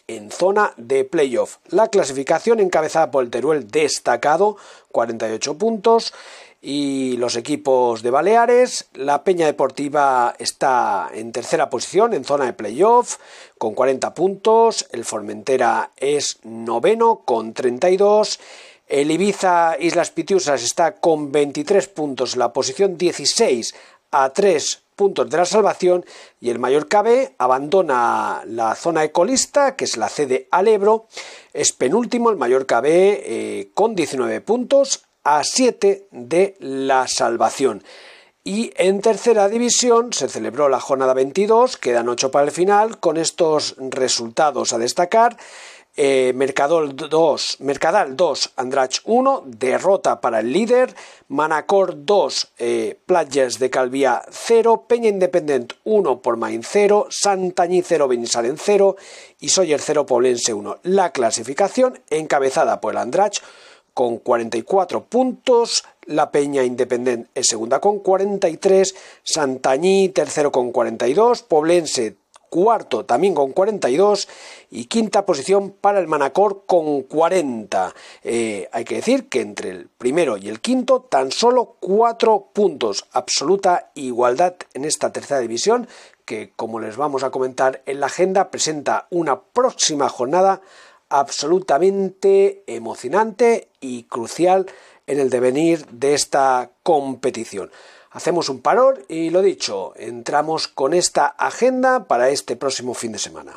en zona de playoff. La clasificación encabezada por el Teruel destacado, cuarenta y ocho puntos, y los equipos de Baleares. La Peña Deportiva está en tercera posición en zona de playoff con cuarenta puntos, el Formentera es noveno con treinta y dos, el Ibiza Islas Pitiusas está con veintitrés puntos en la posición dieciséis a tres puntos de la salvación, y el Mallorca B abandona la zona de colista, que es la C de Alebro, es penúltimo el Mallorca B eh, con diecinueve puntos a siete de la salvación. Y en tercera división se celebró la jornada veintidós, quedan ocho para el final, con estos resultados a destacar. Eh, Mercadal dos, Mercadal dos, Andratx uno, derrota para el líder. Manacor dos, eh, Platges de Calviá cero, Peña Independent uno, Portmain cero, Santañí cero, Benisalen cero y Sóller cero, Poblense uno. La clasificación encabezada por el Andratx con cuarenta y cuatro puntos, la Peña Independent es segunda con cuarenta y tres, Santañí tercero con cuarenta y dos, Poblense cuarto también con cuarenta y dos y quinta posición para el Manacor con cuarenta. Eh, hay que decir que entre el primero y el quinto tan solo cuatro puntos, absoluta igualdad en esta tercera división que, como les vamos a comentar en la agenda, presenta una próxima jornada absolutamente emocionante y crucial en el devenir de esta competición. Hacemos un parón y, lo dicho, entramos con esta agenda para este próximo fin de semana.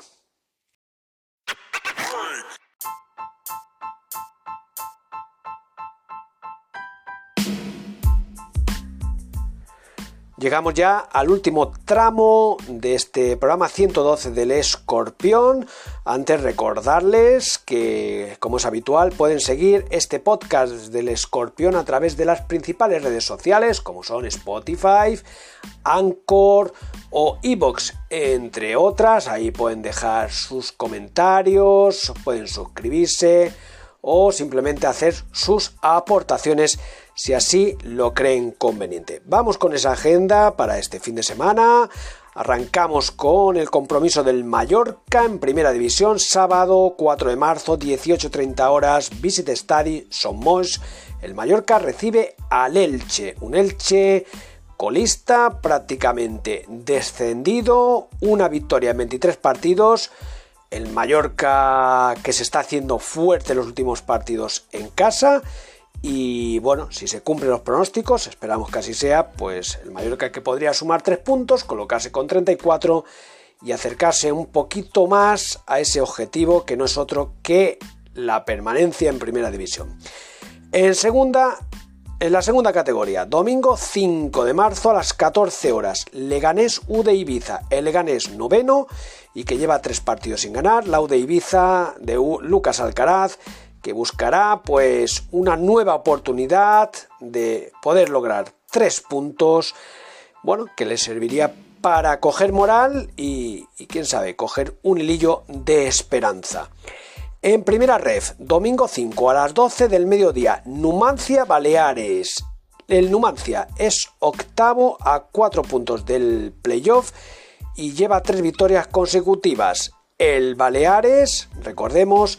Llegamos ya al último tramo de este programa ciento doce del Escorpión. Antes recordarles que, como es habitual, pueden seguir este podcast del Escorpión a través de las principales redes sociales, como son Spotify, Anchor o iVoox, entre otras. Ahí pueden dejar sus comentarios, pueden suscribirse o simplemente hacer sus aportaciones si así lo creen conveniente. Vamos con esa agenda para este fin de semana. Arrancamos con el compromiso del Mallorca en Primera División, sábado cuatro de marzo, dieciocho treinta horas, Visit Stadi, Somos. El Mallorca recibe al Elche, un Elche colista prácticamente descendido, una victoria en veintitrés partidos. El Mallorca que se está haciendo fuerte en los últimos partidos en casa. Y bueno, si se cumplen los pronósticos, esperamos que así sea, pues el Mallorca que podría sumar tres puntos, colocarse con treinta y cuatro y acercarse un poquito más a ese objetivo que no es otro que la permanencia en Primera División. En segunda, en la segunda categoría, domingo cinco de marzo a las catorce horas, Leganés U D Ibiza, el Leganés noveno y que lleva tres partidos sin ganar, la U D Ibiza de U, Lucas Alcaraz, que buscará pues una nueva oportunidad de poder lograr tres puntos, bueno, que le serviría para coger moral y, y quién sabe, coger un hilillo de esperanza. En primera ref, domingo cinco a las doce del mediodía, Numancia Baleares. El Numancia es octavo a cuatro puntos del playoff y lleva tres victorias consecutivas. El Baleares, recordemos,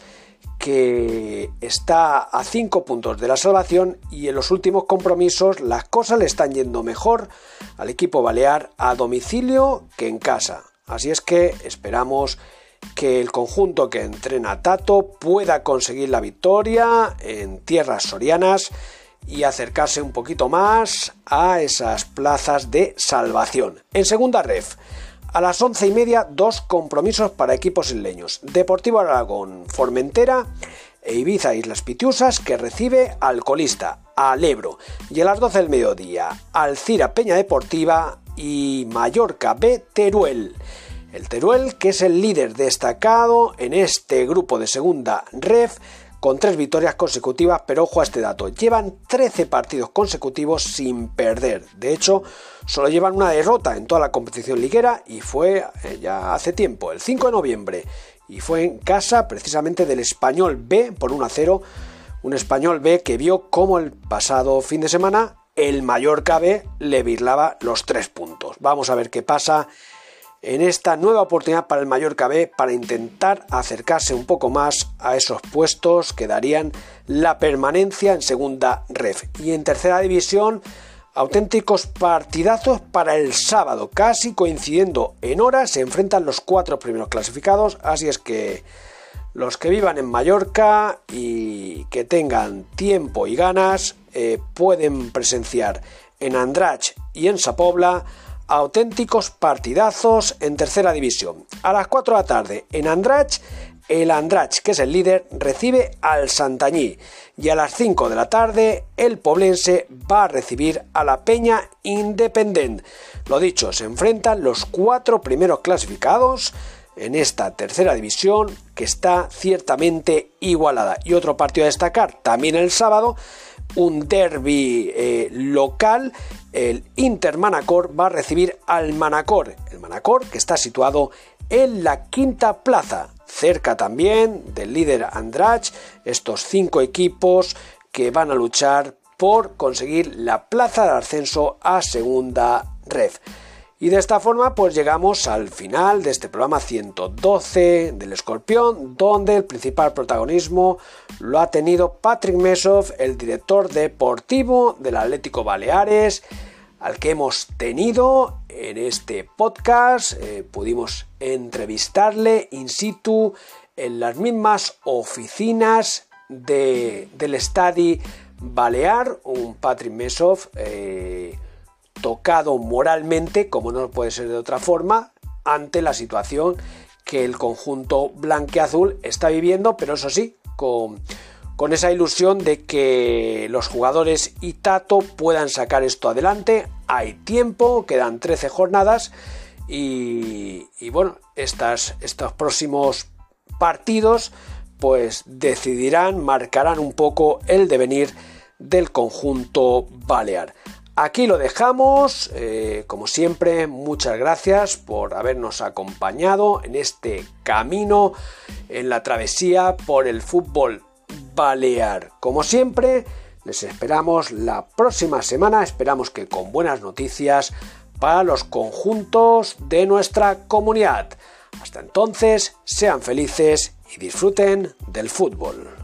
que está a cinco puntos de la salvación y en los últimos compromisos las cosas le están yendo mejor al equipo balear a domicilio que en casa. Así es que esperamos que el conjunto que entrena Tato pueda conseguir la victoria en tierras sorianas y acercarse un poquito más a esas plazas de salvación. En segunda ref, a las once y media, dos compromisos para equipos isleños. Deportivo Aragón, Formentera e Ibiza Islas Pitiusas, que recibe al colista, al Ebro. Y a las doce del mediodía, Alcira Peña Deportiva y Mallorca B Teruel. El Teruel, que es el líder destacado en este grupo de segunda ref, con tres victorias consecutivas, pero ojo a este dato, llevan trece partidos consecutivos sin perder. De hecho, solo llevan una derrota en toda la competición liguera y fue eh, ya hace tiempo, el cinco de noviembre, y fue en casa precisamente del Español B por uno a cero, un Español B que vio cómo el pasado fin de semana el Mallorca B le birlaba los tres puntos. Vamos a ver qué pasa en esta nueva oportunidad para el Mallorca B para intentar acercarse un poco más a esos puestos que darían la permanencia en segunda ref. Y en tercera división, auténticos partidazos para el sábado, casi coincidiendo en horas, se enfrentan los cuatro primeros clasificados, así es que los que vivan en Mallorca y que tengan tiempo y ganas eh, pueden presenciar en Andratx y en Sa Pobla auténticos partidazos en tercera división. A las cuatro de la tarde en Andratx, el Andratx, que es el líder, recibe al Santanyí, y a las cinco de la tarde el Poblense va a recibir a la Peña Independent. Lo dicho, se enfrentan los cuatro primeros clasificados en esta tercera división, que está ciertamente igualada. Y otro partido a destacar también el sábado, un derbi eh, local, el Inter Manacor va a recibir al Manacor, el Manacor que está situado en la quinta plaza, cerca también del líder Andratx, estos cinco equipos que van a luchar por conseguir la plaza de ascenso a segunda ref. Y de esta forma pues llegamos al final de este programa ciento doce del Escorpión, donde el principal protagonismo lo ha tenido Patrick Mesov, el director deportivo del Atlético Baleares, al que hemos tenido en este podcast. Eh, pudimos entrevistarle in situ en las mismas oficinas de, del Estadi Balear, un Patrick Mesov eh, tocado moralmente, como no puede ser de otra forma, ante la situación que el conjunto blanqueazul está viviendo, pero eso sí, con, con esa ilusión de que los jugadores y Tato puedan sacar esto adelante. Hay tiempo, quedan trece jornadas y, y bueno, estas, estos próximos partidos pues decidirán, marcarán un poco el devenir del conjunto balear. Aquí lo dejamos, eh, como siempre, muchas gracias por habernos acompañado en este camino, en la travesía por el fútbol balear. Como siempre, les esperamos la próxima semana, esperamos que con buenas noticias para los conjuntos de nuestra comunidad. Hasta entonces, sean felices y disfruten del fútbol.